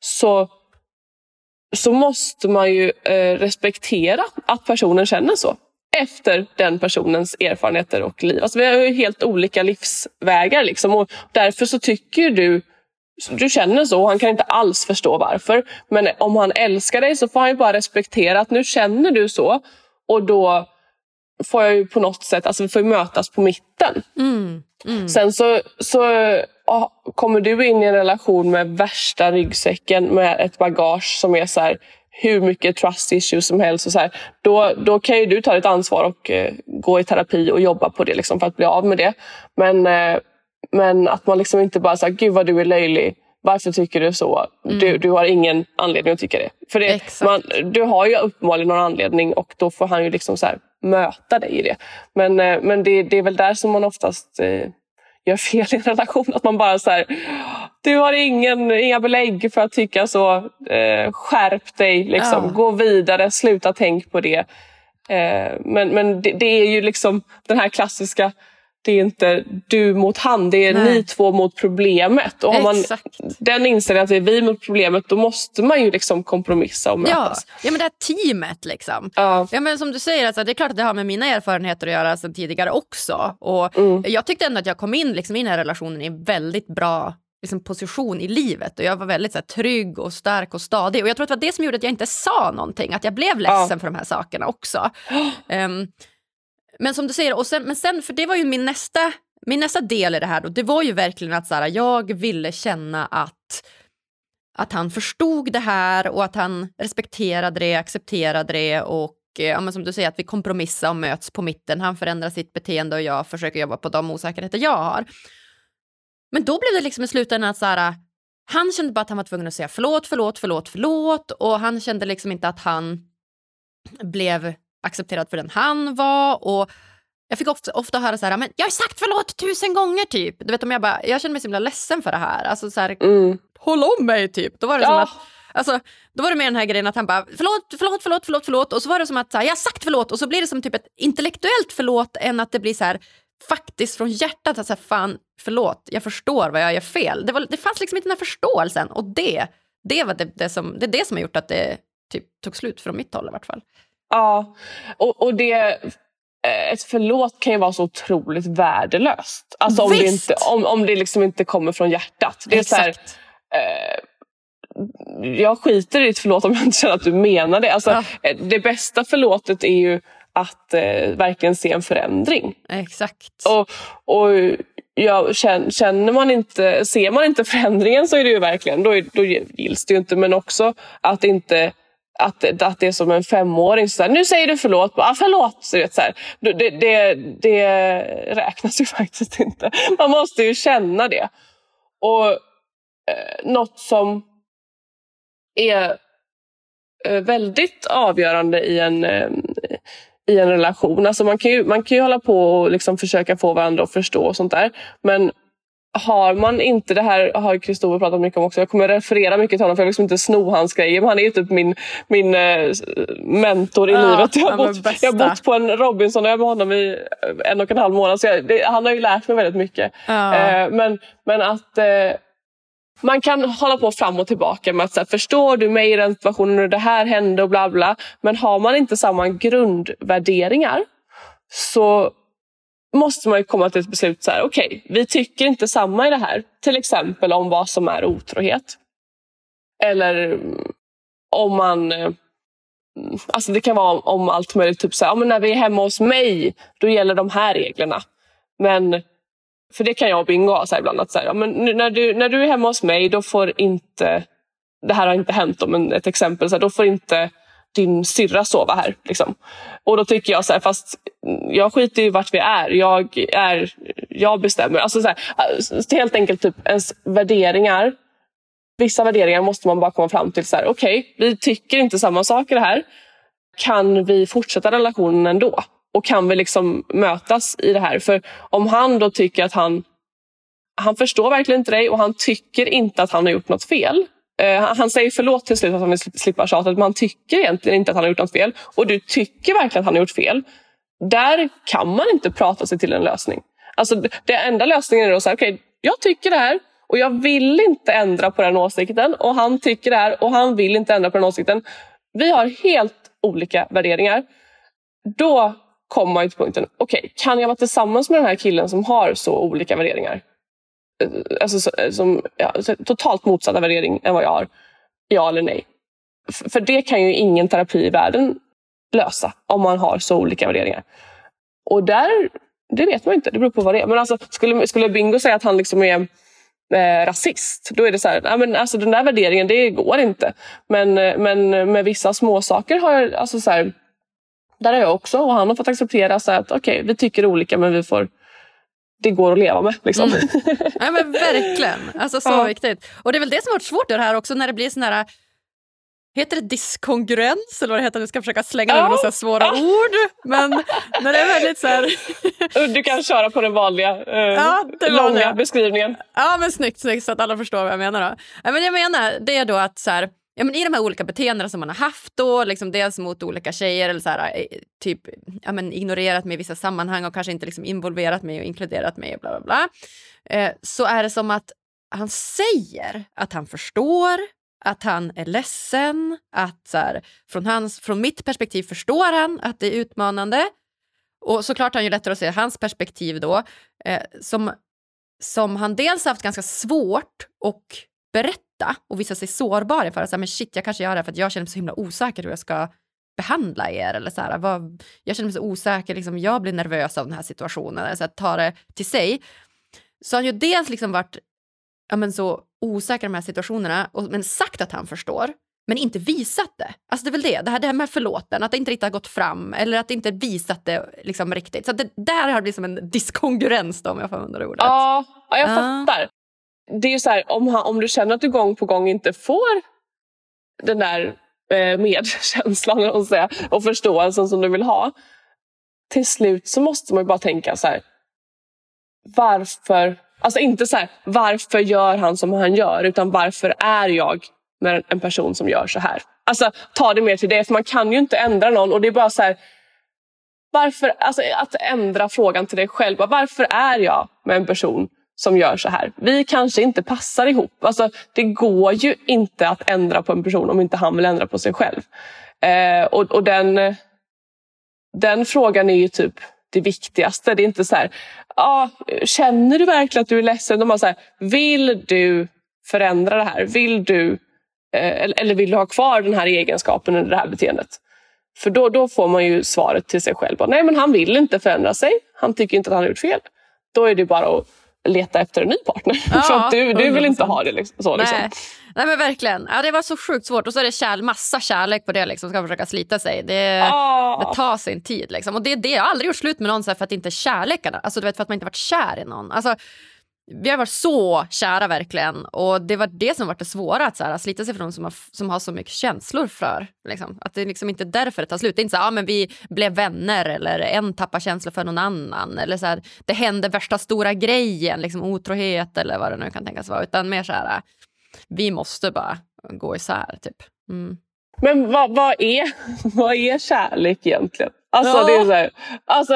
så måste man ju respektera att personen känner så efter den personens erfarenheter och liv. Alltså vi har ju helt olika livsvägar liksom, och därför så tycker du känner så, han kan inte alls förstå varför, men om han älskar dig så får han ju bara respektera att nu känner du så, och då får jag ju på något sätt, alltså vi får ju mötas på mitten. Sen så kommer du in i en relation med värsta ryggsäcken, med ett bagage som är så här, hur mycket trust issues som helst och så här, då kan ju du ta ditt ansvar och gå i terapi och jobba på det liksom, för att bli av med det. Men att man liksom inte bara säger, gud vad du är löjlig, varför tycker du så? Du har ingen anledning att tycka det. För du har ju uppenbarligen någon anledning, och då får han ju liksom så här möta dig i det. Men det är väl där som man oftast gör fel i en relation. Att man bara så här, du har inga belägg för att tycka så. Skärp dig, liksom. Gå vidare, sluta tänk på det. Men det är ju liksom den här klassiska, det är inte du mot han, det är ni två mot problemet. Och har man den inställningen att det är vi mot problemet, då måste man ju liksom kompromissa och mötas. Ja, men det här teamet liksom. Ja, men som du säger, alltså, det är klart att det har med mina erfarenheter att göra sedan tidigare också. Och jag tyckte ändå att jag kom in liksom, i den här relationen i en väldigt bra liksom, position i livet. Och jag var väldigt så här, trygg och stark och stadig. Och jag tror att det var det som gjorde att jag inte sa någonting. Att jag blev ledsen för de här sakerna också. Men som du säger, men sen, för det var ju min nästa del i det här då, det var ju verkligen att så här, jag ville känna att han förstod det här och att han respekterade det, accepterade det, och men som du säger, att vi kompromissar och möts på mitten. Han förändrar sitt beteende och jag försöker jobba på de osäkerheter jag har. Men då blev det liksom i slutändan att så här, han kände bara att han var tvungen att säga förlåt, och han kände liksom inte att han blev accepterad för den han var, och jag fick ofta höra så här, men jag har sagt förlåt 1000 gånger typ. Du vet, om jag kände mig så himla ledsen för det här. Alltså så här, håll om mig typ. Då var det som att, alltså, då var det med den här grejen att han bara förlåt, och så var det som att så här, jag har sagt förlåt, och så blir det som typ ett intellektuellt förlåt än att det blir så här faktiskt från hjärtat att så här, fan, förlåt, jag förstår vad jag gör fel. Det fanns liksom inte den här förståelsen, och det var det som har gjort att det typ tog slut från mitt håll i vart fall. Ja, och det, ett förlåt kan ju vara så otroligt värdelöst. Alltså om det liksom inte kommer från hjärtat. Det är så här, jag skiter i ditt förlåt om jag inte känner att du menar det. Alltså, det bästa förlåtet är ju att verkligen se en förändring. Exakt. Och ser man inte förändringen, så är det ju verkligen, då gills det ju inte. Men också att inte att det är som en 5-åring så här, nu säger du förlåt, förlåt, så vet, så här, det räknas ju faktiskt inte. Man måste ju känna det. Och något som är väldigt avgörande i en relation, alltså man kan ju hålla på och liksom försöka få varandra att förstå och sånt där, men har man inte det här, har Kristoffer pratat mycket om också. Jag kommer referera mycket till honom för jag vill liksom inte sno hans grejer. Men han är ju typ min mentor i livet. Jag har bott på en Robinson och jag är med honom i 1,5 månad. Så han har ju lärt mig väldigt mycket. Men att man kan hålla på fram och tillbaka med att så här, förstår du mig i den situationen och det här hände och bla bla. Men har man inte samma grundvärderingar så måste man ju komma till ett beslut så här, okej, vi tycker inte samma i det här. Till exempel om vad som är otrohet. Eller om man, alltså det kan vara om allt möjligt, typ så här, men när vi är hemma hos mig, då gäller de här reglerna. Men, för det kan jag och Bingo ha så här ibland, att så här, men när du är hemma hos mig, då får inte, det här har inte hänt om ett exempel, så här, då får inte din syrra sova här liksom. Och då tycker jag så här, fast jag skiter ju vart vi är, jag bestämmer, alltså så här, helt enkelt typ ens värderingar, vissa värderingar måste man bara komma fram till så här, okej, vi tycker inte samma sak i det här, kan vi fortsätta relationen ändå och kan vi liksom mötas i det här, för om han då tycker att han förstår verkligen inte dig och han tycker inte att han har gjort något fel. Han säger förlåt till slut att han vill slippa tjatet, men han tycker egentligen inte att han har gjort något fel. Och du tycker verkligen att han har gjort fel. Där kan man inte prata sig till en lösning. Alltså det enda lösningen är att säga, okej, jag tycker det här och jag vill inte ändra på den åsikten. Och han tycker det här och han vill inte ändra på den åsikten. Vi har helt olika värderingar. Då kommer man till punkten, okej, kan jag vara tillsammans med den här killen som har så olika värderingar? Alltså som totalt motsatta värdering än vad jag har, ja eller nej. För det kan ju ingen terapi i världen lösa om man har så olika värderingar. Och där, det vet man inte, det beror på vad det är. Men alltså, skulle Bingo säga att han liksom är rasist, då är det så här, nej, men alltså den där värderingen, det går inte. Men med vissa små saker har jag, alltså så här, där är jag också, och han har fått acceptera så att okej, vi tycker olika, men vi får, det går att leva med liksom. Ja, men verkligen, alltså så viktigt. Och det är väl det som har varit svårt det här också, när det blir sån här, heter det diskongruens eller vad det heter, du ska försöka slänga över några svåra ord, men när det är väldigt så här du kan köra på den vanliga långa beskrivningen. Ja, men snyggt så att alla förstår vad jag menar då. Ja, men jag menar, det är då att så här, ja, men i de här olika beteendena som man har haft då, liksom dels mot olika tjejer eller så här, typ, ja, men ignorerat mig i vissa sammanhang och kanske inte liksom involverat mig och inkluderat mig och bla bla bla, så är det som att han säger att han förstår, att han är ledsen, att så här, från mitt perspektiv förstår han att det är utmanande, och såklart har han ju lättare att se hans perspektiv då, som han dels haft ganska svårt och berätta och visa sig sårbar för att säga, men shit, jag kanske gör det för att jag känner mig så himla osäker hur jag ska behandla er, eller så här, jag känner mig så osäker, liksom, jag blir nervös av den här situationen, eller så att ta det till sig. Så han ju dels liksom varit, ja, men så osäker i de här situationerna, men sagt att han förstår, men inte visat det. Alltså det är väl det här med förlåten, att det inte riktigt har gått fram, eller att det inte visat det liksom riktigt. Så det där har blivit som en diskongruens då, om jag får använda ordet. Ja, jag fattar. Det är ju så här, om du känner att du gång på gång inte får den där medkänslan och förståelsen som du vill ha, till slut så måste man ju bara tänka så här, varför, alltså inte så här, varför gör han som han gör, utan varför är jag med en person som gör så här? Alltså ta det mer till det, för man kan ju inte ändra någon, och det är bara så här, varför, alltså att ändra frågan till dig själv, varför är jag med en person som gör så här? Vi kanske inte passar ihop. Alltså, det går ju inte att ändra på en person om inte han vill ändra på sig själv. Och den frågan är ju typ det viktigaste. Det är inte så här, känner du verkligen att du är ledsen? De bara så här, vill du förändra det här? Vill du, eller vill du ha kvar den här egenskapen eller det här beteendet? För då får man ju svaret till sig själv. Nej, men han vill inte förändra sig. Han tycker inte att han har gjort fel. Då är det bara att leta efter en ny partner. Ja, för att du vill inte ha det liksom, så liksom. Nej, men verkligen. Ja, det var så sjukt svårt. Och så är det massa kärlek på det liksom. Ska försöka slita sig. Det tar sin tid liksom. Och det jag har aldrig gjort slut med någon så här, för att inte kärlekarna. Alltså du vet, för att man inte varit kär i någon. Alltså vi har varit så kära verkligen. Och det var det som var det svåra, att slita sig från någon som har så mycket känslor för. Liksom. Att det liksom inte är därför det tar slut. Det är inte så här, men vi blev vänner eller en tappar känslor för någon annan. Eller så här, det hände värsta stora grejen, liksom otrohet eller vad det nu kan tänkas vara. Utan mer så här, vi måste bara gå isär typ. Mm. Men vad är kärlek egentligen? Alltså det är så här, alltså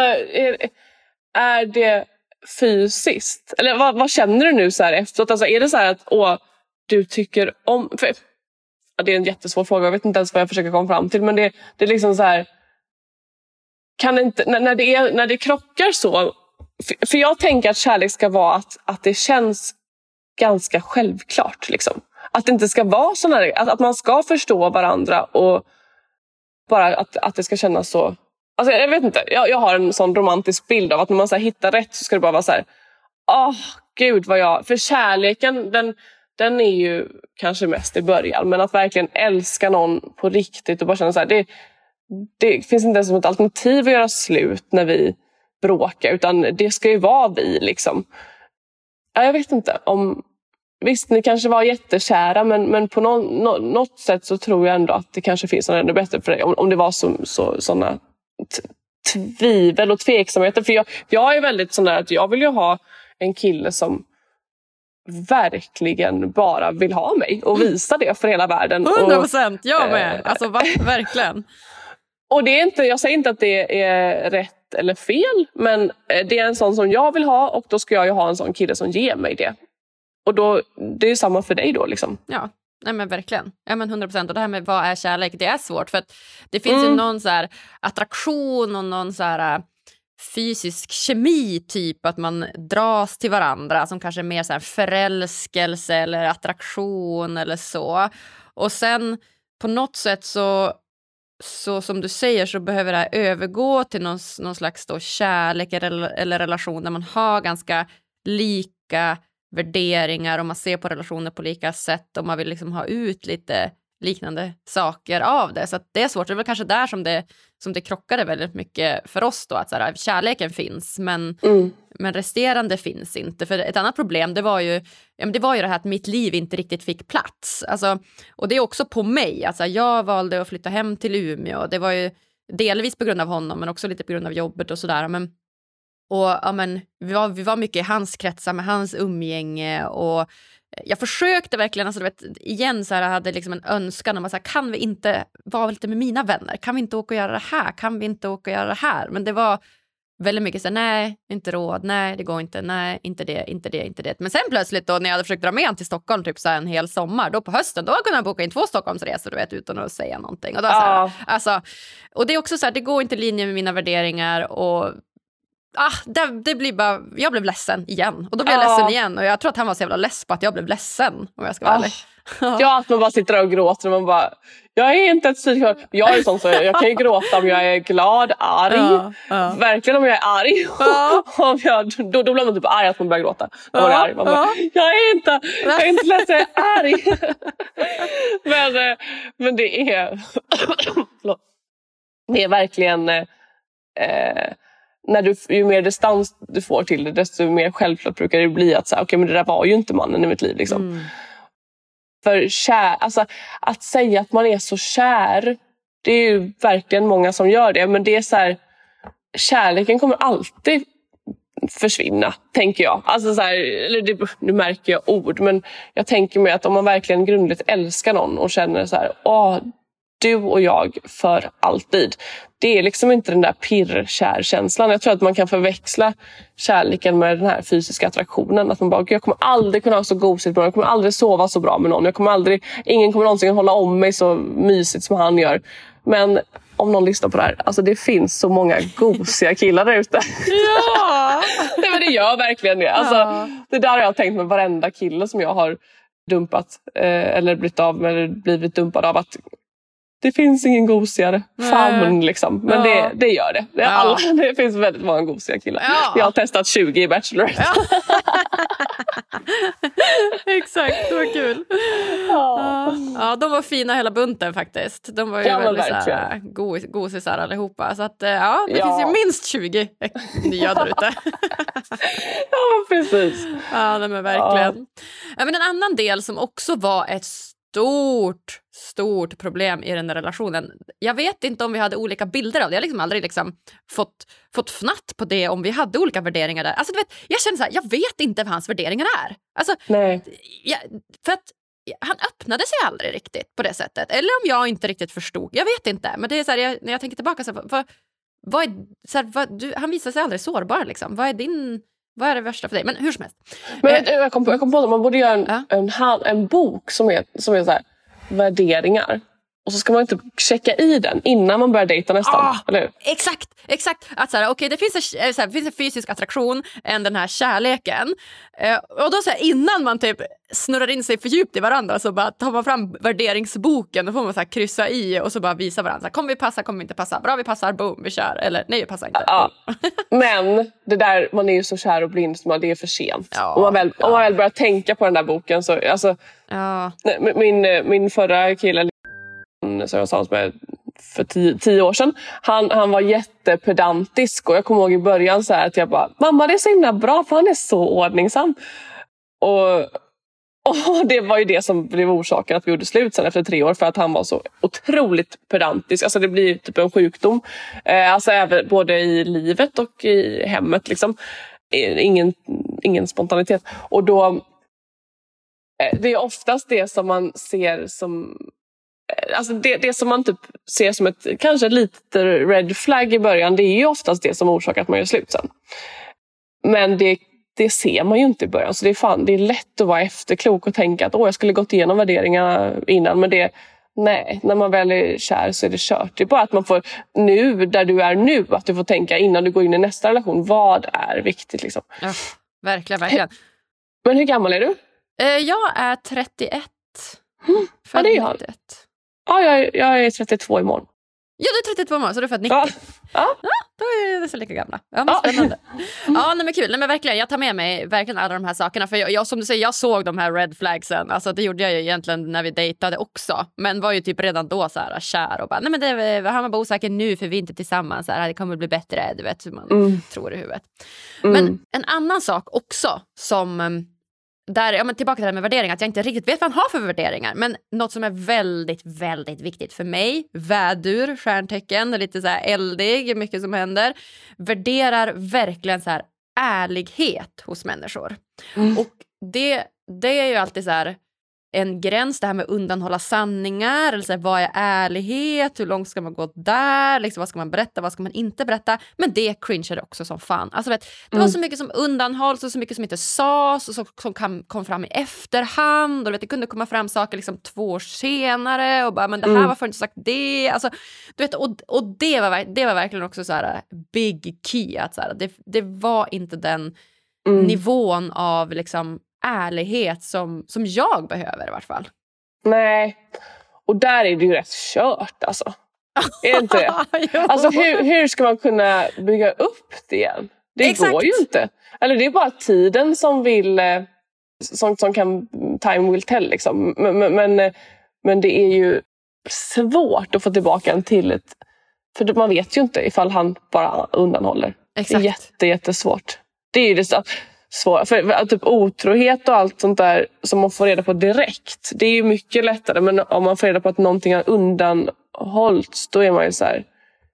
är det fysiskt? Eller vad känner du nu så här efteråt? Alltså är det så här att du tycker om... För, det är en jättesvår fråga, jag vet inte ens vad jag försöker komma fram till, men det är liksom så här, kan det inte, när det krockar så, för jag tänker att kärlek ska vara att det känns ganska självklart liksom. Att det inte ska vara sån här, att man ska förstå varandra och bara att det ska kännas så. Alltså jag vet inte, jag har en sån romantisk bild av att när man så här hittar rätt så ska det bara vara så här, gud vad jag... För kärleken, den är ju kanske mest i början, men att verkligen älska någon på riktigt och bara känna så här, det finns inte ens som ett alternativ att göra slut när vi bråkar, utan det ska ju vara vi liksom. Ja, jag vet inte om... Visst, ni kanske var jättekära, men på något sätt så tror jag ändå att det kanske finns något ännu bättre för dig. Om det var sådana tvivel och tveksamheter. För jag är väldigt sån där att jag vill ju ha en kille som verkligen bara vill ha mig och visa det för hela världen. 100%, jag med. Alltså verkligen. Och det är inte, jag säger inte att det är rätt eller fel, men det är en sån som jag vill ha, och då ska jag ju ha en sån kille som ger mig det. Och då, det är ju samma för dig då liksom. Ja, nej men verkligen. Ja men 100%. Och det här med vad är kärlek, det är svårt. För att det finns ju någon så här attraktion och någon så här fysisk kemi typ. Att man dras till varandra som kanske är mer så här förälskelse eller attraktion eller så. Och sen på något sätt så som du säger så behöver det här övergå till någon slags då kärlek eller relation där man har ganska lika värderingar och man ser på relationer på lika sätt och man vill liksom ha ut lite liknande saker av det. Så att det är svårt. Det är väl kanske där som det krockade väldigt mycket för oss då, att så här, kärleken finns men resterande finns inte. För ett annat problem det var ju det här att mitt liv inte riktigt fick plats. Alltså, och det är också på mig. Alltså, jag valde att flytta hem till Umeå. Det var ju delvis på grund av honom men också lite på grund av jobbet och sådär. Men vi var mycket i hans kretsar med hans umgänge och jag försökte verkligen, alltså, igen så här, hade liksom en önskan om att så här, kan vi inte vara lite med mina vänner? Kan vi inte åka och göra det här? Kan vi inte åka och göra det här? Men det var väldigt mycket så här, nej, inte råd, nej, det går inte, nej, inte det. Men sen plötsligt då när jag hade försökt dra med han till Stockholm typ så här en hel sommar, då på hösten, då kunde jag boka in 2 Stockholmsresor, du vet, utan att säga någonting. Och då, så här, alltså, och det är också så här, det går inte i linje med mina värderingar och det blir bara, jag blev ledsen igen. Och då blev jag ledsen igen. Och jag tror att han var så jävla less på att jag blev ledsen. Om jag ska vara ärlig. Ja, att man bara sitter och gråter. Och man bara, jag är inte ett psykos. Jag är sån så jag kan ju gråta om jag är glad, arg. Verkligen om jag är arg. Då blir man typ arg att man börjar gråta. Då man är arg. Man bara, jag är inte ledsen, jag är arg. men det är... det är verkligen... ju mer distans du får till det, desto mer självklart brukar det bli att säga, okej, men det där var ju inte mannen i mitt liv liksom. För alltså, att säga att man är så kär, det är ju verkligen många som gör det, men det är så här, kärleken kommer alltid försvinna, tänker jag. Alltså så här, eller nu märker jag ord, men jag tänker mig att om man verkligen grundligt älskar någon och känner så här, du och jag för alltid. Det är liksom inte den där pirrkärkänslan. Jag tror att man kan förväxla kärleken med den här fysiska attraktionen. Att man bara, jag kommer aldrig kunna ha så gosigt med någon. Jag kommer aldrig sova så bra med någon. Ingen kommer någonsin hålla om mig så mysigt som han gör. Men om någon lyssnar på det här, alltså det finns så många gosiga killar där ute. Ja! Nej, men det gör verkligen det. Alltså, det där har jag tänkt med varenda kille som jag har dumpat eller blivit dumpad av, att det finns ingen gosigare famn liksom. Men det gör det. Det finns väldigt många gosiga killar. Ja. Jag har testat 20 i Bachelor. Ja. Exakt, det var kul. Ja, de var fina hela bunten faktigt. De var ju väldigt såhär gosisar allihopa. Så att det finns ju minst 20 nya där ute. Ja, precis. Ja, men verkligen. Ja, men en annan del som också var ett stort problem i den där relationen. Jag vet inte om vi hade olika bilder av det. Jag har liksom aldrig fått fnatt på det om vi hade olika värderingar där. Alltså du vet, jag känner så här, jag vet inte vad hans värderingar är. Alltså, nej. För att han öppnade sig aldrig riktigt på det sättet. Eller om jag inte riktigt förstod. Jag vet inte. Men det är så här, när jag tänker tillbaka så här, han visar sig aldrig sårbar liksom. Vad är det värsta för dig? Men hur som helst. Men jag kom på att man borde göra en bok som är så här, värderingar. Och så ska man inte checka i den innan man börjar dejta nästan. Eller? Exakt. Att så här, okej, det finns en fysisk attraktion än den här kärleken. Och då så här, innan man typ snurrar in sig för djupt i varandra så bara tar man fram värderingsboken och får man så här kryssa i och så bara visa varandra. Kommer vi passa, kommer vi inte passa? Bra, vi passar, boom, vi kör. Eller nej, vi passar inte. Ja. Men det där, man är ju så kär och blind så det är för sent. Om man väl börjar tänka på den där boken så alltså, min förra kille som jag sa med för 10 år sedan, han var jättepedantisk och jag kommer ihåg i början så här att jag bara, mamma det är så himla bra för han är så ordningsam och det var ju det som blev orsaken att vi gjorde slut sen efter 3 år, för att han var så otroligt pedantisk. Alltså det blir typ en sjukdom, alltså även både i livet och i hemmet liksom. Ingen spontanitet, och då det är oftast det som man ser som, alltså det som man typ ser som ett kanske lite red flag i början, det är ju oftast det som orsakar att man gör slut sen. Men det ser man ju inte i början, så det är lätt att vara efterklok och tänka att jag skulle gått igenom värderingarna innan, men när man väl är kär så är det kört. Det är bara att man får, nu där du är nu, att du får tänka innan du går in i nästa relation, vad är viktigt liksom. Ja, verkligen. Men hur gammal är du? Jag är 31. Ja, det är jag. Ja, jag är 32 imorgon. Ja, du är 32 imorgon, så du är född 90. Ja, då är vi så lika gamla. Ja, men spännande. Nej, men kul. Nej, men verkligen, jag tar med mig verkligen alla de här sakerna. För jag som du säger, jag såg de här red flagsen. Alltså det gjorde jag ju egentligen när vi dejtade också. Men var ju typ redan då så här kär och bara, nej men han var bara osäker nu för vi är inte tillsammans. Så här, det kommer bli bättre, du vet hur man tror i huvudet. Men en annan sak också som... men tillbaka till det här med värderingar, att jag inte riktigt vet vad han har för värderingar, men något som är väldigt, väldigt viktigt för mig, vädur, stjärntecken, lite så här eldig, mycket som händer, värderar verkligen så här ärlighet hos människor. Och det är ju alltid så här en gräns, det här med undanhålla sanningar, eller så här, vad är ärlighet, hur långt ska man gå där, liksom, vad ska man berätta, vad ska man inte berätta, men det cringeade också som fan. Alltså vet, det var så mycket som undanhålls och så mycket som inte sades och som kom fram i efterhand, och vet, det kunde komma fram saker liksom 2 år senare och bara, men det här varför inte sagt det, alltså, du vet, och det var verkligen också så här big key, att så här, det var inte den nivån av liksom ärlighet som jag behöver i vart fall. Nej, och där är det ju rätt kört alltså. Är det inte det? Alltså hur ska man kunna bygga upp det igen? Det går ju inte. Eller det är bara tiden som vill som kan, time will tell liksom. Men det är ju svårt att få tillbaka en tillit. För man vet ju inte ifall han bara undanhåller. Exakt. Det är jättesvårt. Det är ju det svåra. För typ otrohet och allt sånt där som man får reda på direkt, det är ju mycket lättare. Men om man får reda på att någonting har undanhållits, då är man ju så här,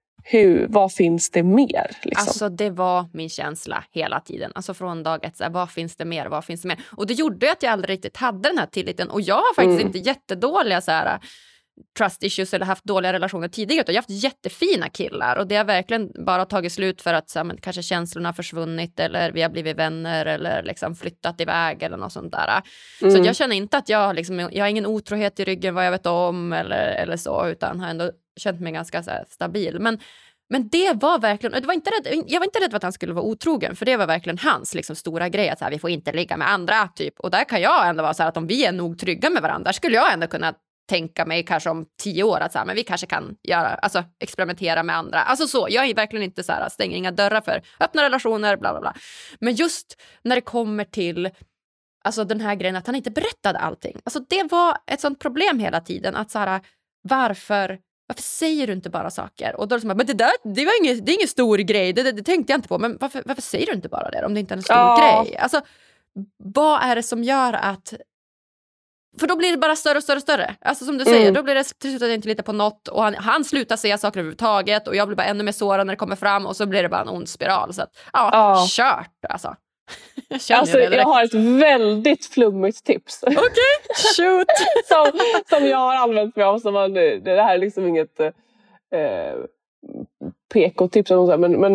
vad finns det mer? Liksom? Alltså det var min känsla hela tiden. Alltså från dag ett, så här, vad finns det mer? Vad finns det mer? Och det gjorde att jag aldrig riktigt hade den här tilliten. Och jag har faktiskt inte jättedåliga så här trust issues eller haft dåliga relationer tidigare, utan jag har haft jättefina killar, och det har verkligen bara tagit slut för att så här, men, kanske känslorna har försvunnit, eller vi har blivit vänner, eller liksom flyttat iväg eller något sånt där. Så jag känner inte att jag har ingen otrohet i ryggen vad jag vet om eller så, utan har ändå känt mig ganska så här, stabil. Men det var verkligen, jag var inte rädd för att han skulle vara otrogen, för det var verkligen hans liksom stora grej, att så här, vi får inte ligga med andra typ. Och där kan jag ändå vara så här, att om vi är nog trygga med varandra, skulle jag ändå kunna tänka mig kanske om 10 år att så här, men vi kanske kan experimentera med andra. Alltså så, jag är verkligen inte så här, stänger inga dörrar för öppna relationer, bla bla bla. Men just när det kommer till alltså den här grejen att han inte berättade allting. Alltså det var ett sånt problem hela tiden. Att så här, varför säger du inte bara saker? Och då är det som, men det är ingen stor grej. Det tänkte jag inte på. Men varför säger du inte bara det om det inte är en stor grej? Alltså, vad är det som gör att... För då blir det bara större och större och större. Alltså som du säger, då blir det till slut att jag inte litar på något. Och han slutar säga saker överhuvudtaget. Och jag blir bara ännu mer sårad när det kommer fram. Och så blir det bara en ond spiral. Så att, kört alltså. Jag har ett väldigt flummigt tips. Okej, shoot. som jag har använt mig av. Det här är liksom inget PK-tips. Men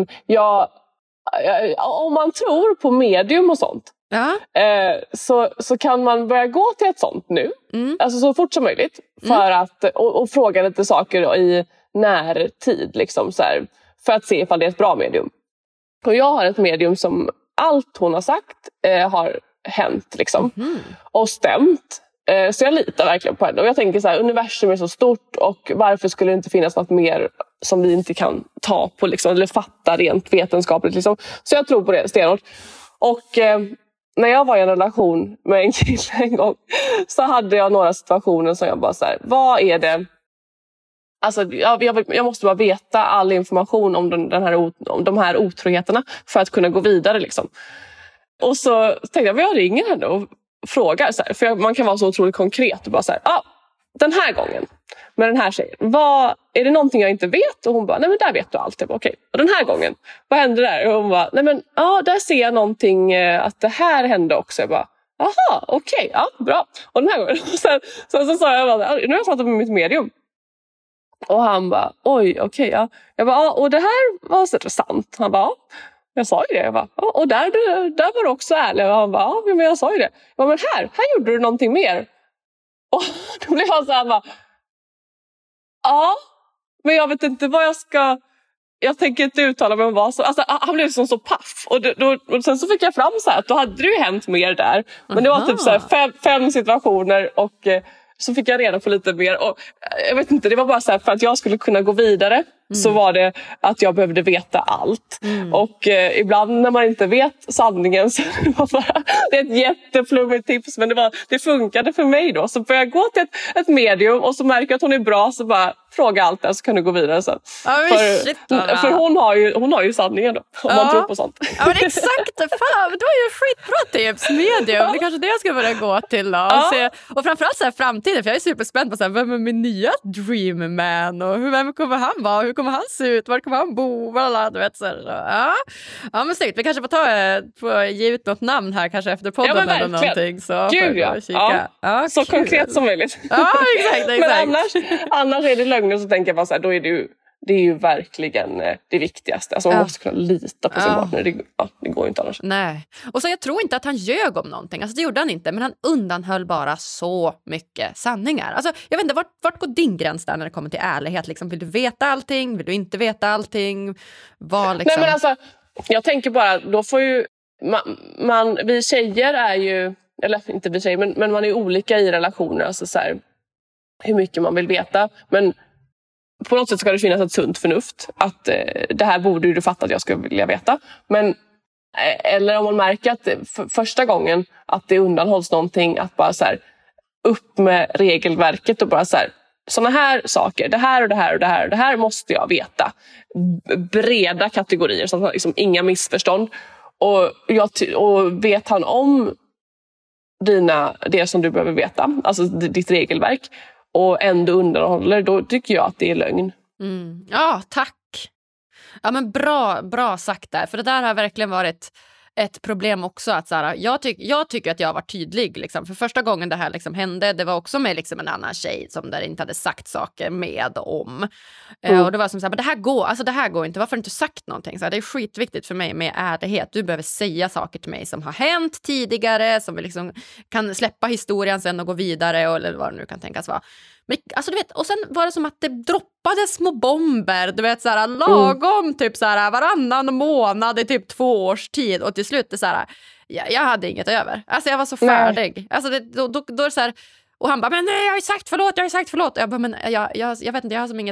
om man tror på medium och sånt. Så kan man börja gå till ett sånt nu. Alltså så fort som möjligt. För att, och fråga lite saker i närtid. Liksom, så här, för att se ifall det är ett bra medium. Och jag har ett medium som allt hon har sagt har hänt liksom. Och stämt. Så jag litar verkligen på henne. Och jag tänker så här, universum är så stort. Och varför skulle det inte finnas något mer som vi inte kan ta på liksom, eller fatta rent vetenskapligt liksom. Så jag tror på det stenhårt. Och när jag var i en relation med en kille en gång, så hade jag några situationer som jag bara så här, vad är det? Alltså jag måste bara veta all information om de här otroheterna för att kunna gå vidare liksom. Och så tänkte jag ringer henne och frågar så här, för man kan vara så otroligt konkret och bara så här, den här gången med den här tjejen, är det någonting jag inte vet? Och hon bara, nej men där vet du allt. Jag bara, okej. Och den här gången, vad hände där? Och hon bara, nej men där ser jag någonting att det här hände också. Jag bara, aha, okej, bra. Och den här gången, sen så sa jag bara, nu har jag pratat med mitt medium. Och han bara, oj, okej, ja. Jag bara, och det här var så sant. Han bara, jag sa ju det. Jag bara, och där var du också ärlig. Och han bara, men jag sa ju det. Jag bara, men här gjorde du någonting mer. Och då blev han så här bara, men jag vet inte vad jag tänker inte uttala mig om vad som... Alltså, han blev så paff. Och sen så fick jag fram så här att då hade det ju hänt mer där. Men det var typ så här 5 situationer och så fick jag reda på lite mer. Och jag vet inte, det var bara så här för att jag skulle kunna gå vidare. Så var det att jag behövde veta allt. Och ibland när man inte vet sanningen så det är ett jätteflummigt tips, men det funkade för mig då. Så börjar jag gå till ett medium och så märker jag att hon är bra, så bara fråga allt där så kan du gå vidare sen. För hon har ju sanningen då, om man tror på sånt. Ja men exakt, fan, det var ju skitbra tips, medium. Det är kanske det jag ska börja gå till då. Och framförallt så här framtiden, för jag är superspänd på så här, vem är min nya dream man och vem kommer han vara, hur kommer han se ut, var kommer han bo, du vet så här. Ja men snyggt, vi kanske får ge ut något namn här kanske efter podden eller någonting, så gud ja. Så kul. Konkret som möjligt. Ja exakt. Men annars är det lögner, så tänker jag bara så här, då är det är ju verkligen det viktigaste. Alltså man måste kunna lita på sin partner. Det går ju inte annars. Nej. Och så jag tror inte att han ljög om någonting. Alltså det gjorde han inte. Men han undanhöll bara så mycket sanningar. Alltså jag vet inte, vart går din gräns där när det kommer till ärlighet? Liksom, vill du veta allting? Vill du inte veta allting? Liksom... Nej men alltså, jag tänker bara, då får ju vi tjejer är ju, eller inte vi tjejer, men man är ju olika i relationer. Alltså så här, hur mycket man vill veta. Men på något sätt ska det finnas ett sunt förnuft. Att det här borde du fatta att jag skulle vilja veta. Men, eller om man märker att första gången att det undanhålls någonting, att bara så här, upp med regelverket och bara så här, såna här saker, det här och det här och det här och det här måste jag veta. Breda kategorier, så att liksom inga missförstånd. Och vet han om det som du behöver veta, alltså ditt regelverk, och ändå underhåller, då tycker jag att det är lögn. Ja, tack. Ja men bra sagt där, för det där har verkligen varit ett problem också, att så här, jag tycker att jag var tydlig liksom. För första gången det här liksom hände, det var också med liksom en annan tjej som där inte hade sagt saker med om. Och det var som så här, men det här går inte, varför har du inte sagt någonting? Så här, det är skitviktigt för mig med ärlighet. Du behöver säga saker till mig som har hänt tidigare, som vi liksom kan släppa historien sen och gå vidare, eller vad det nu kan tänkas vara. Men, alltså, du vet, och sen var det som att det droppade små bomber, du vet, så här, lagom typ så här, varannan månad i typ 2 års tid, och till slut det så här, jag hade inget över. Alltså jag var så färdig. Alltså då är det så här, och han bara, men nej, jag har ju sagt förlåt. Och jag bara, men jag vet inte, jag har som inget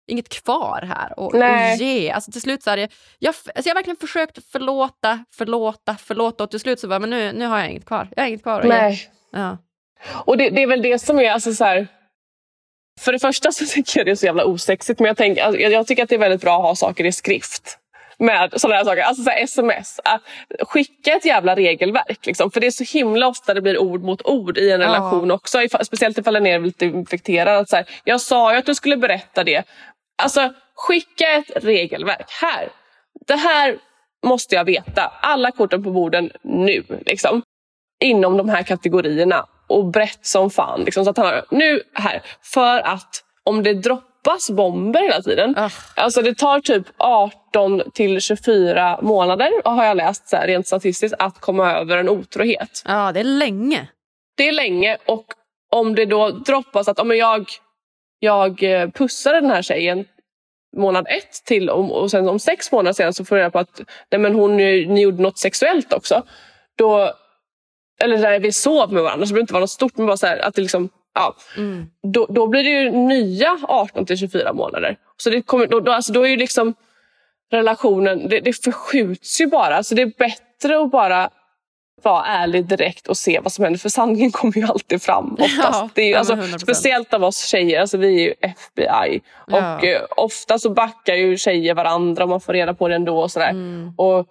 inget kvar här och ge. Alltså till slut så är det, jag har verkligen försökt förlåta och till slut så bara, men nu har jag inget kvar. Jag har inget kvar att ge. Ja. Och det är väl det som är alltså så här, för det första så tycker jag det är så jävla osexigt, men jag tycker att det är väldigt bra att ha saker i skrift med sådana här saker, alltså så här sms, skicka ett jävla regelverk liksom. För det är så himla ofta det blir ord mot ord i en relation också, speciellt ifall den är lite infekterad, att så här, jag sa ju att du skulle berätta det, alltså skicka ett regelverk här, det här måste jag veta, alla korten på borden nu liksom, inom de här kategorierna och brett som fan liksom, så att han har nu här, för att om det droppas bomber hela tiden, alltså det tar typ 18 till 24 månader, har jag läst så här, rent statistiskt, att komma över en otrohet. Ja, det är länge. Det är länge, och om det då droppas att jag pussade den här tjejen månad 1 till och sen om 6 månader sedan så får jag på att nej, men ni gjorde något sexuellt också, då, eller när vi sov med varandra, så det inte vara något stort, men bara så här, att det liksom, då blir det ju nya 18 till 24 månader. Så det kommer, då är ju liksom relationen, det förskjuts ju bara. Alltså det är bättre att bara vara ärlig direkt och se vad som händer, för sanningen kommer ju alltid fram oftast. Ja, det är ju, alltså, speciellt av oss tjejer, alltså vi är ju FBI. Ja. Och ofta så backar ju tjejer varandra och man får reda på det ändå och sådär. Och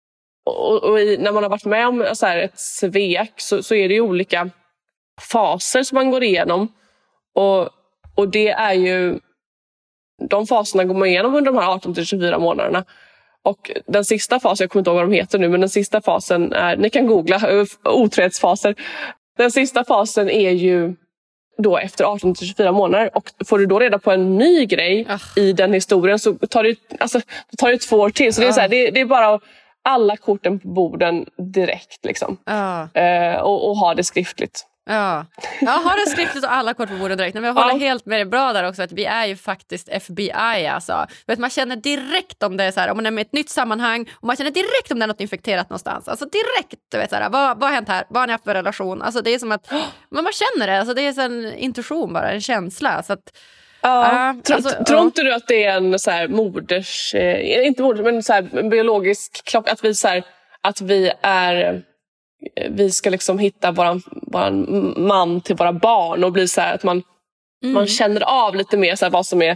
när man har varit med om så här ett svek så är det ju olika faser som man går igenom, och det är ju de faserna går man igenom under de här 18 till 24 månaderna, och den sista fasen, jag kommer inte ihåg vad de heter nu, men den sista fasen är, ni kan googla otrohetsfaser, den sista fasen är ju då efter 18 till 24 månader, och får du då reda på en ny grej i den historien så tar det 2 år till, så det är så här, det är bara alla korten på borden direkt liksom. Och ha det skriftligt. Ja, har det skriftligt och alla kort på bordet direkt. Men jag håller helt med dig, bra där också, att vi är ju faktiskt FBI alltså. Vet, man känner direkt om det är så här, om man är med ett nytt sammanhang, och man känner direkt om det är något infekterat någonstans. Alltså direkt, du vet så här, vad har hänt här? Vad har ni haft för relation? Alltså det är som att men man känner det, alltså det är en intuition bara, en känsla, så att tror inte du att det är en så här moders, inte moders, men så här biologisk klocka, att vi så här, att vi ska liksom hitta våran man till våra barn, och bli så här att man känner av lite mer så här vad som är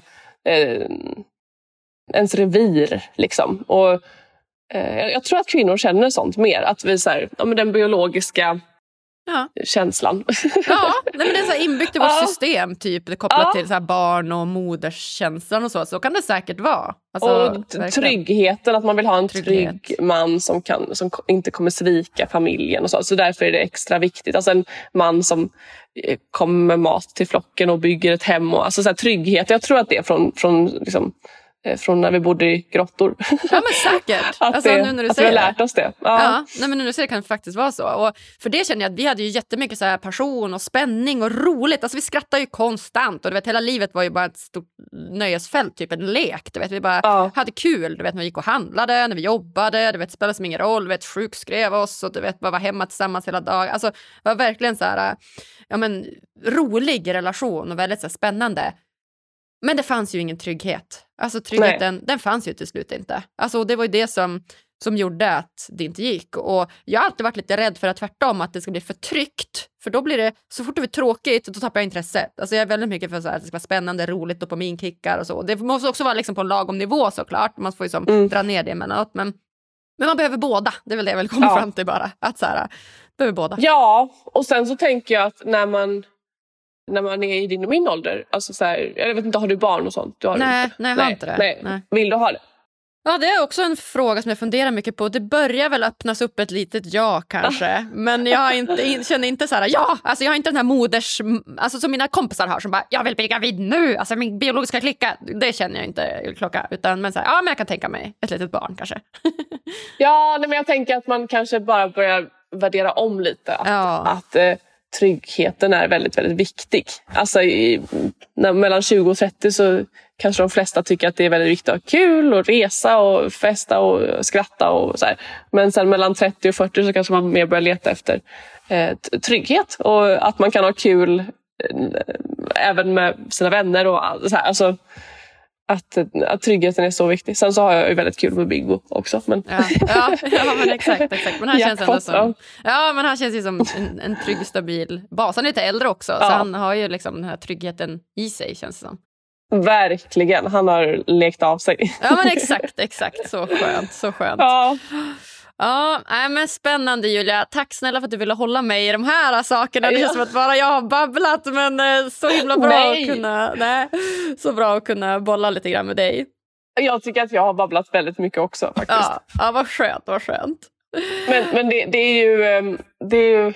ens revir liksom. Och jag tror att kvinnor känner sånt mer, att vi så här, men den biologiska känslan. Ja, men det är så här inbyggt i vårt system typ, det kopplat till så här barn- och moderskänslan och så kan det säkert vara. Alltså, och tryggheten, att man vill ha en trygg man som inte kommer svika familjen och så därför är det extra viktigt. Alltså en man som kommer med mat till flocken och bygger ett hem, och alltså så här trygghet. Jag tror att det är från när vi bodde i grottor. Ja, men säkert. Att vi har lärt oss det. Nej, men nu ser det kan det faktiskt vara så. Och för det känner jag att vi hade ju jättemycket så här passion och spänning och roligt. Alltså vi skrattar ju konstant, och du vet, hela livet var ju bara ett stort nöjesfält, typ en lek. Du vet, vi bara hade kul, du vet, när vi gick och handlade, när vi jobbade, du vet, spelade som ingen roll, du vet, sjukskrev oss, och du vet, bara var hemma tillsammans hela dagen. Alltså det var verkligen så här, rolig relation och väldigt så här, spännande. Men det fanns ju ingen trygghet. Alltså tryggheten, den fanns ju till slut inte. Alltså det var ju det som gjorde att det inte gick. Och jag har alltid varit lite rädd för att tvärtom, att det ska bli för tryggt. För då blir det, så fort det blir tråkigt, då tappar jag intresset. Alltså jag är väldigt mycket för så här, att det ska vara spännande, roligt, dopaminkickar och så. Det måste också vara liksom på en lagom nivå såklart. Man får ju som dra ner det emellanåt. Men man behöver båda. Det är väl det jag vill komma fram till bara. Att så här, behöver båda. Ja, och sen så tänker jag att när man är i din och min ålder, alltså så här, jag vet inte, har du barn och sånt? Nej, jag har inte det. Nej. Vill du ha det? Ja, det är också en fråga som jag funderar mycket på. Det börjar väl öppnas upp ett litet kanske. Men jag känner inte så här, alltså jag har inte den här moders, alltså som mina kompisar har, som bara, jag vill bli vid nu, alltså min biologiska klicka, det känner jag inte klocka, utan men så här, men jag kan tänka mig ett litet barn kanske. Men jag tänker att man kanske bara börjar värdera om lite, att tryggheten är väldigt, väldigt viktig. Alltså mellan 20 och 30 så kanske de flesta tycker att det är väldigt viktigt att ha kul och resa och festa och skratta och så här. Men sen mellan 30 och 40 så kanske man mer börjar leta efter trygghet, och att man kan ha kul även med sina vänner och så här. Alltså, att tryggheten är så viktig. Sen så har jag ju väldigt kul med Bingo också. Men... Ja, men exakt. Men han känns ändå som... Ja, men han känns ju som en trygg, stabil bas. Han är lite äldre också, så han har ju liksom den här tryggheten i sig, känns det som. Verkligen, han har lekt av sig. Ja, men exakt. Så skönt. Ja, men spännande Julia. Tack snälla för att du ville hålla mig i de här sakerna. Det är som att bara jag har babblat, men så himla bra så bra att kunna bolla lite grann med dig. Jag tycker att jag har babblat väldigt mycket också faktiskt. Ja, vad skönt. Men det är ju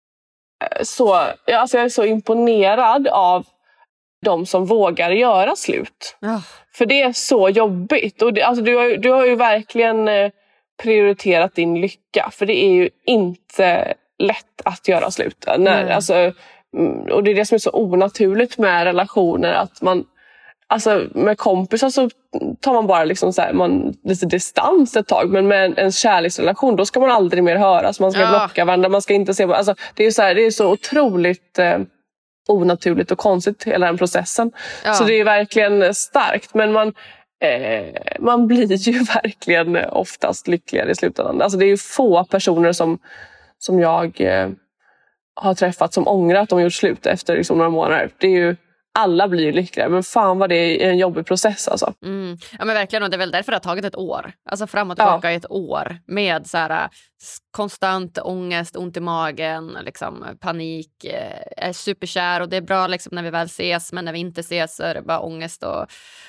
så, alltså jag är så imponerad av de som vågar göra slut. För det är så jobbigt. Och alltså du har ju verkligen prioriterat din lycka. För det är ju inte lätt att göra slut. Alltså, och det är det som är så onaturligt med relationer. Att man, alltså med kompisar så tar man bara liksom så här, lite distans ett tag. Men med en kärleksrelation, då ska man aldrig mer höras. Man ska blocka varandra, man ska inte se. Alltså, det är så otroligt... onaturligt och konstigt hela den processen. Så det är verkligen starkt, men man blir ju verkligen oftast lyckligare i slutändan. Alltså det är ju få personer som jag har träffat som ångrar att de har gjort slut efter liksom några månader. Det är ju, alla blir ju lyckligare, men fan vad det är en jobbig process alltså. Ja men verkligen, och det är väl därför det har tagit ett år. Alltså fram och tillbaka i ett år med så här konstant ångest, ont i magen, liksom panik, är superkär och det är bra liksom när vi väl ses, men när vi inte ses så är det bara ångest och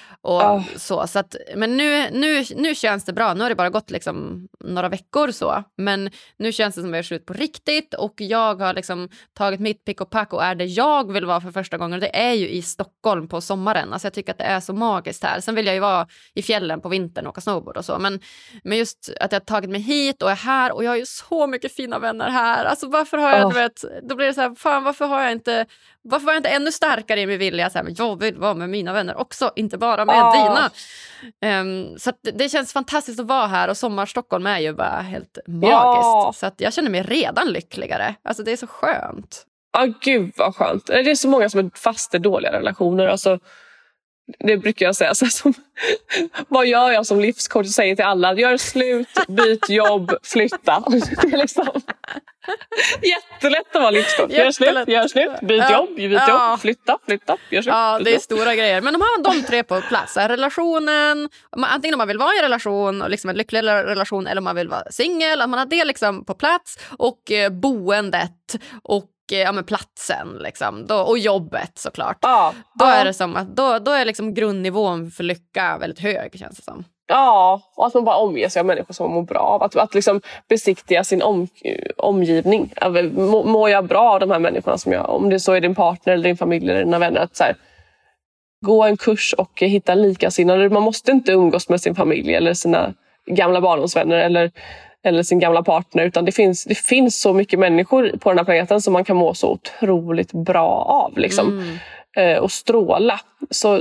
så att, men nu känns det bra. Nu har det bara gått liksom några veckor så, men nu känns det som att vi är slut på riktigt och jag har liksom tagit mitt pick och pack och är det jag vill vara för första gången. Det är ju i Stockholm på sommaren. Alltså jag tycker att det är så magiskt här. Sen vill jag ju vara i fjällen på vintern och åka snowboard och så, men just att jag har tagit mig hit och är här och jag har ju så mycket fina vänner här. Alltså varför har jag då blir det så här, fan varför var jag inte ännu starkare i min vilja så här, men jag vill vara med mina vänner också, inte bara med dina. Så att det känns fantastiskt att vara här och Sommarstockholm är ju bara helt magiskt. Så att jag känner mig redan lyckligare. Alltså det är så skönt. Gud vad skönt. Det är så många som är fast i dåliga relationer. Alltså, det brukar jag säga. Så vad gör jag som livscoach och säger till alla? Gör slut, byt jobb, flytta. Det är liksom jättelätt att vara livscoach. Gör slut, byt jobb, flytta, gör slut. Ja, det är stora grejer. Men om man har de tre på plats, relationen, antingen om man vill vara i en relation och liksom en lycklig relation eller om man vill vara singel, att man har det liksom på plats och boendet och men platsen liksom. Och jobbet såklart. Då är det som att då är liksom grundnivån för lycka väldigt hög, känns det som. Ja, och att man bara omger sig av människor som mår bra av. Att liksom besiktiga sin omgivning. Mår jag bra av de här människorna som jag, om det så är din partner eller din familj eller dina vänner, att så här, gå en kurs och hitta likasinnade. Man måste inte umgås med sin familj eller sina gamla barndomsvänner eller sin gamla partner, utan det finns så mycket människor på den här planeten som man kan må så otroligt bra av liksom. Och stråla. Så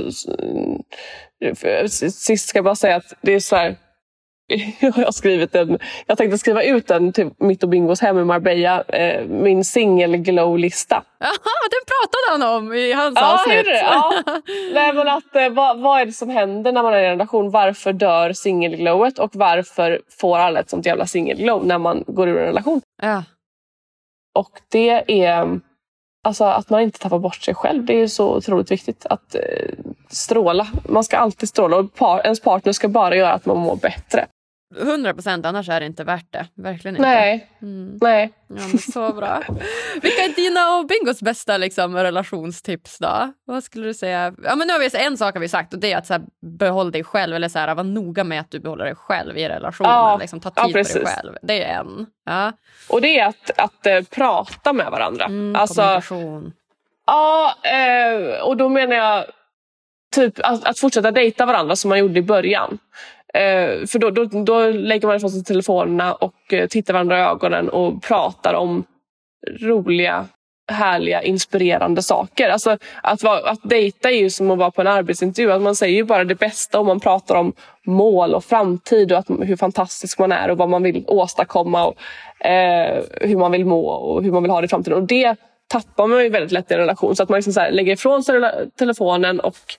sist ska jag bara säga att det är så här, jag har skrivit jag tänkte skriva ut den till mitt och Bingos hem i Marbella, min single-glow-lista. Jaha, den pratade han om i hans avsnitt. Nej, men att, vad är det som händer när man är i en relation? Varför dör single-glowet och varför får alla ett sånt jävla single-glow när man går ur en relation? Ja. Och det är alltså att man inte tappar bort sig själv. Det är ju så otroligt viktigt att stråla. Man ska alltid stråla och ens partner ska bara göra att man mår bättre. 100%, annars är det inte värt det. Verkligen inte. Nej. Ja, men så bra. Vilka är dina och Bingos bästa liksom, relationstips då? Vad skulle du säga? Ja, men nu har vi en sak har vi sagt och det är att så här, behåll dig själv eller så här, var noga med att du behåller dig själv i relationen. Liksom, ta tid för dig själv. Det är en. Ja. Och det är att prata med varandra. Kommunikation. Ja, och då menar jag typ att fortsätta dejta varandra som man gjorde i början. För då lägger man ifrån sig telefonerna och tittar varandra i ögonen och pratar om roliga, härliga, inspirerande saker. Alltså att dejta är ju som att vara på en arbetsintervju. Att man säger ju bara det bästa och man pratar om mål och framtid och hur fantastisk man är och vad man vill åstadkomma och hur man vill må och hur man vill ha det i framtiden. Och det tappar man ju väldigt lätt i en relation. Så att man liksom så här lägger ifrån sig telefonen och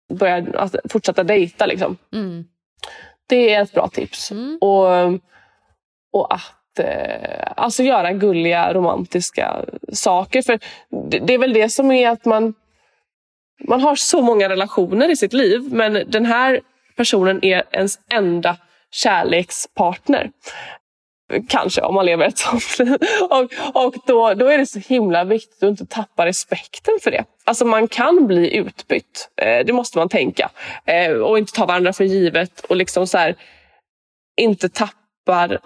börja fortsätta dejta liksom. Det är ett bra tips. Och att alltså göra gulliga romantiska saker. För det är väl det som är att man har så många relationer i sitt liv, men den här personen är ens enda kärlekspartner. Kanske, om man lever ett sånt liv. Och då är det så himla viktigt att inte tappa respekten för det. Alltså man kan bli utbytt. Det måste man tänka. Och inte ta varandra för givet. Och liksom så här, inte tappar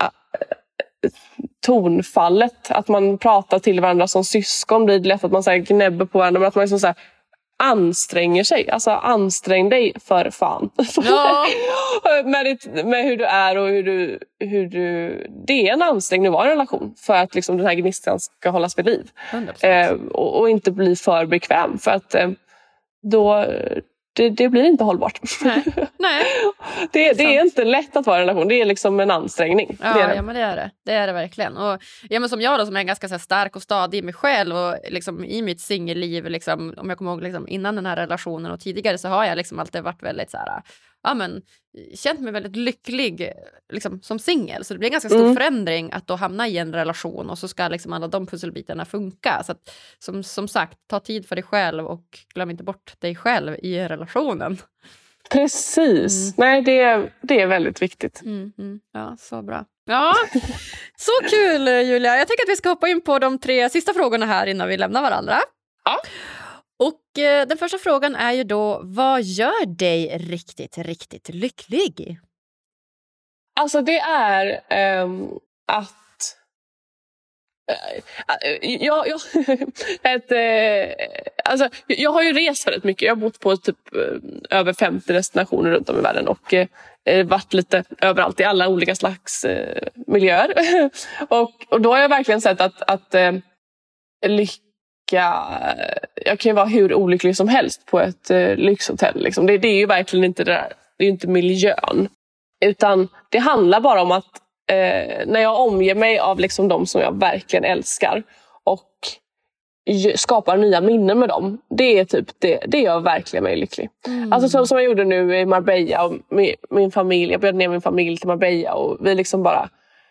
tonfallet. Att man pratar till varandra som syskon. Blir det lätt att man så här gnäbber på varandra. Men att man liksom så här anstränger sig. Alltså ansträng dig för fan. Ja. med hur du är och hur du... Det är en ansträngning att vara i en relation. För att liksom den här gnistan ska hållas vid liv. Och inte bli för bekväm. För att då... Det blir inte hållbart. Nej. Det är inte lätt att vara i en relation. Det är liksom en ansträngning. Ja, men det är det. Det är det verkligen. Och men som jag då, som är ganska så här stark och stadig i mig själv och liksom i mitt singelliv, liksom, om jag kommer ihåg liksom, innan den här relationen och tidigare, så har jag liksom alltid varit väldigt så här, känt mig väldigt lycklig liksom, som singel. Så det blir en ganska stor förändring att då hamna i en relation och så ska liksom alla de pusselbitarna funka. Så att, som sagt, ta tid för dig själv och glöm inte bort dig själv i relationen. Precis. Nej, det är väldigt viktigt. Ja, så bra. Ja, så kul Julia. Jag tänker att vi ska hoppa in på de 3 sista frågorna här innan vi lämnar varandra. Ja. Och den första frågan är ju då, vad gör dig riktigt, riktigt lycklig? Alltså det är att jag har ju rest väldigt mycket. Jag har bott på typ över 50 destinationer runt om i världen och varit lite överallt i alla olika slags miljöer. och då har jag verkligen sett att jag kan ju vara hur olycklig som helst på ett lyxhotell. Liksom. Det är ju verkligen inte det där. Det är ju inte miljön. Utan det handlar bara om att när jag omger mig av liksom de som jag verkligen älskar och skapar nya minnen med dem. Det är typ det gör verkligen mig lycklig. Alltså som jag gjorde nu i Marbella och min familj. Jag bjöd ner min familj till Marbella och vi liksom bara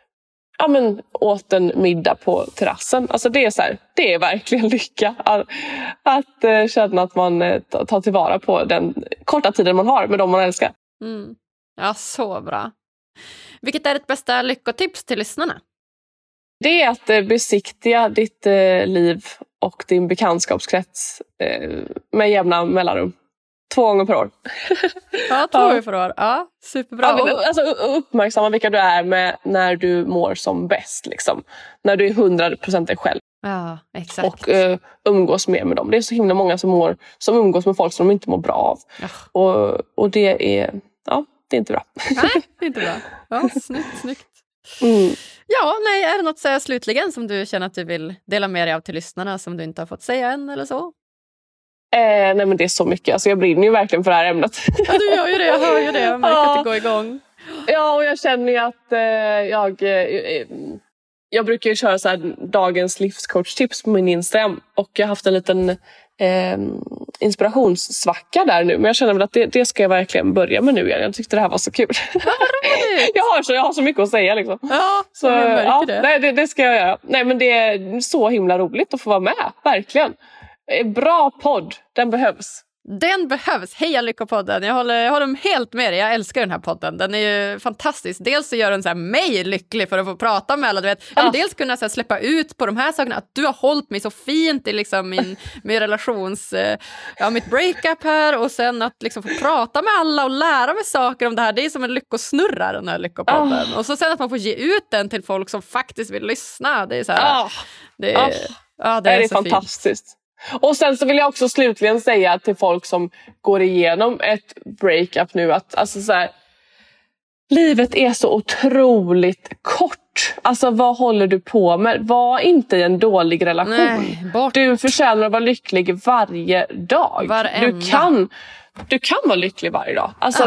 åt en middag på terrassen. Alltså det är så här, det är verkligen lycka att känna att man tar tillvara på den korta tiden man har med dem man älskar. Ja, så bra. Vilket är ditt bästa lyckotips till lyssnarna? Det är att besiktiga ditt liv och din bekantskapskrets med jämna mellanrum. 2 gånger per år. Ja, 2 gånger per år. Ja, superbra. Ja, alltså, uppmärksamma vilka du är med när du mår som bäst. Liksom. När du är 100% dig själv. Ja, exakt. Och umgås mer med dem. Det är så himla många som umgås med folk som de inte mår bra av. Ja. Och det är... Ja, det är inte bra. Nej, det är inte bra. Ja, snyggt. Ja, nej, är det något så här slutligen som du känner att du vill dela med dig av till lyssnarna som du inte har fått säga än eller så? Nej, men det är så mycket. Alltså, jag brinner ju verkligen för det här ämnet. Ja, du gör ju det. Jag hör ju det. Jag märker att det går igång. Ja, och jag känner ju att jag brukar ju köra så här dagens livscoach-tips på min Instagram. Och jag har haft en liten inspirationssvacka där nu. Men jag känner väl att det ska jag verkligen börja med nu igen. Jag tyckte det här var så kul. Jag har så mycket att säga liksom. Ja, så det. Nej, det ska jag göra. Nej, men det är så himla roligt att få vara med. Verkligen. Bra podd, den behövs. Den behövs, heja Lyckopodden. Jag håller helt med dig, jag älskar den här podden. Den är ju fantastisk. Dels så gör den så här mig lycklig för att få prata med alla, du vet. Dels kunna så här släppa ut på de här sakerna. Att du har hållit mig så fint i liksom min relations... mitt breakup här. Och sen att liksom få prata med alla och lära mig saker om det här. Det är som en lyckosnurra, den här Lyckopodden. Och så sen att man får ge ut den till folk som faktiskt vill lyssna. Det är så här... Det är så fantastiskt. Fint. Och sen så vill jag också slutligen säga till folk som går igenom ett breakup nu att alltså så här, livet är så otroligt kort. Alltså vad håller du på med? Var inte i en dålig relation. Nej, du förtjänar att vara lycklig varje dag. Du kan vara lycklig varje dag. Alltså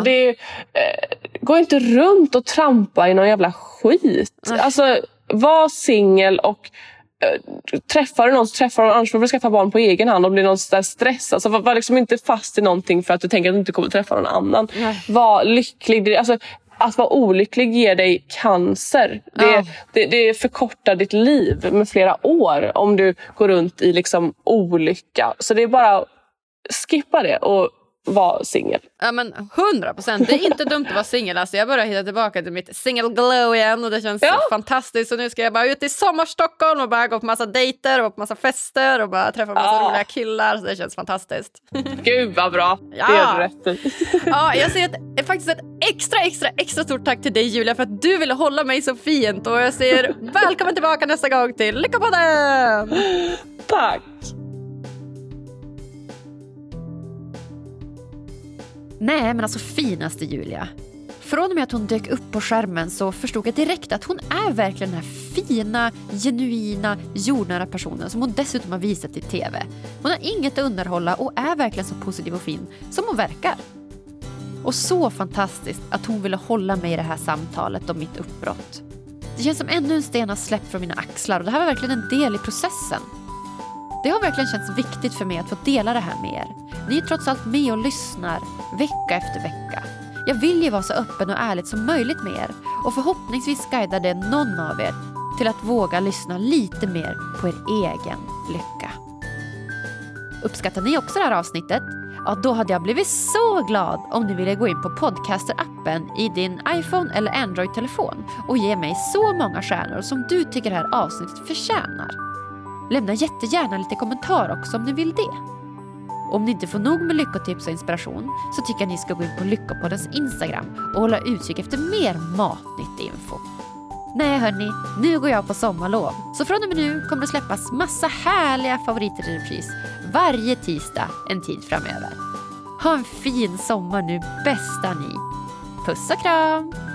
gå inte runt och trampa i någon jävla skit. Alltså var singel och träffar du någon så träffar du någon, annars får du skaffa barn på egen hand och blir någon där stress. Alltså var liksom inte fast i någonting för att du tänker att du inte kommer träffa någon annan. Var lycklig. Alltså, att vara olycklig ger dig cancer. Det förkortar ditt liv med flera år om du går runt i liksom olycka. Så det är bara att skippa det och vara singel. Ja, men 100%. Det är inte dumt att vara singel. Alltså, jag börjar hitta tillbaka till mitt single glow igen och det känns fantastiskt. Så nu ska jag bara ut i sommarstockholm och bara gå på massa dejter och på massa fester och bara träffa massa roliga killar. Så det känns fantastiskt. Gud vad bra. Ja. Det gör du rätt i. Ja, jag säger faktiskt ett extra stort tack till dig, Julia, för att du ville hålla mig så fint. Och jag säger välkommen tillbaka nästa gång till Lyckopodden! Tack! Nej, men alltså finaste Julia. Från och med att hon dök upp på skärmen så förstod jag direkt att hon är verkligen den här fina, genuina, jordnära personen som hon dessutom har visat i tv. Hon har inget att underhålla och är verkligen så positiv och fin som hon verkar. Och så fantastiskt att hon ville hålla mig i det här samtalet om mitt uppbrott. Det känns som ännu en sten har släppt från mina axlar och det här var verkligen en del i processen. Det har verkligen känts viktigt för mig att få dela det här med er. Ni är trots allt med och lyssnar vecka efter vecka. Jag vill ju vara så öppen och ärligt som möjligt med er och förhoppningsvis guidar det någon av er till att våga lyssna lite mer på er egen lycka. Uppskattar ni också det här avsnittet? Ja, då hade jag blivit så glad om ni ville gå in på Podcaster-appen i din iPhone eller Android-telefon och ge mig så många stjärnor som du tycker det här avsnittet förtjänar. Lämna jättegärna lite kommentar också om ni vill det. Om ni inte får nog med lyckotips och inspiration så tycker jag ni ska gå in på Lyckopoddens Instagram och hålla utkik efter mer matnytt info. Nej hörni, nu går jag på sommarlov. Så från och med nu kommer det släppas massa härliga favoriter i repris varje tisdag en tid framöver. Ha en fin sommar nu, bästa ni. Puss och kram!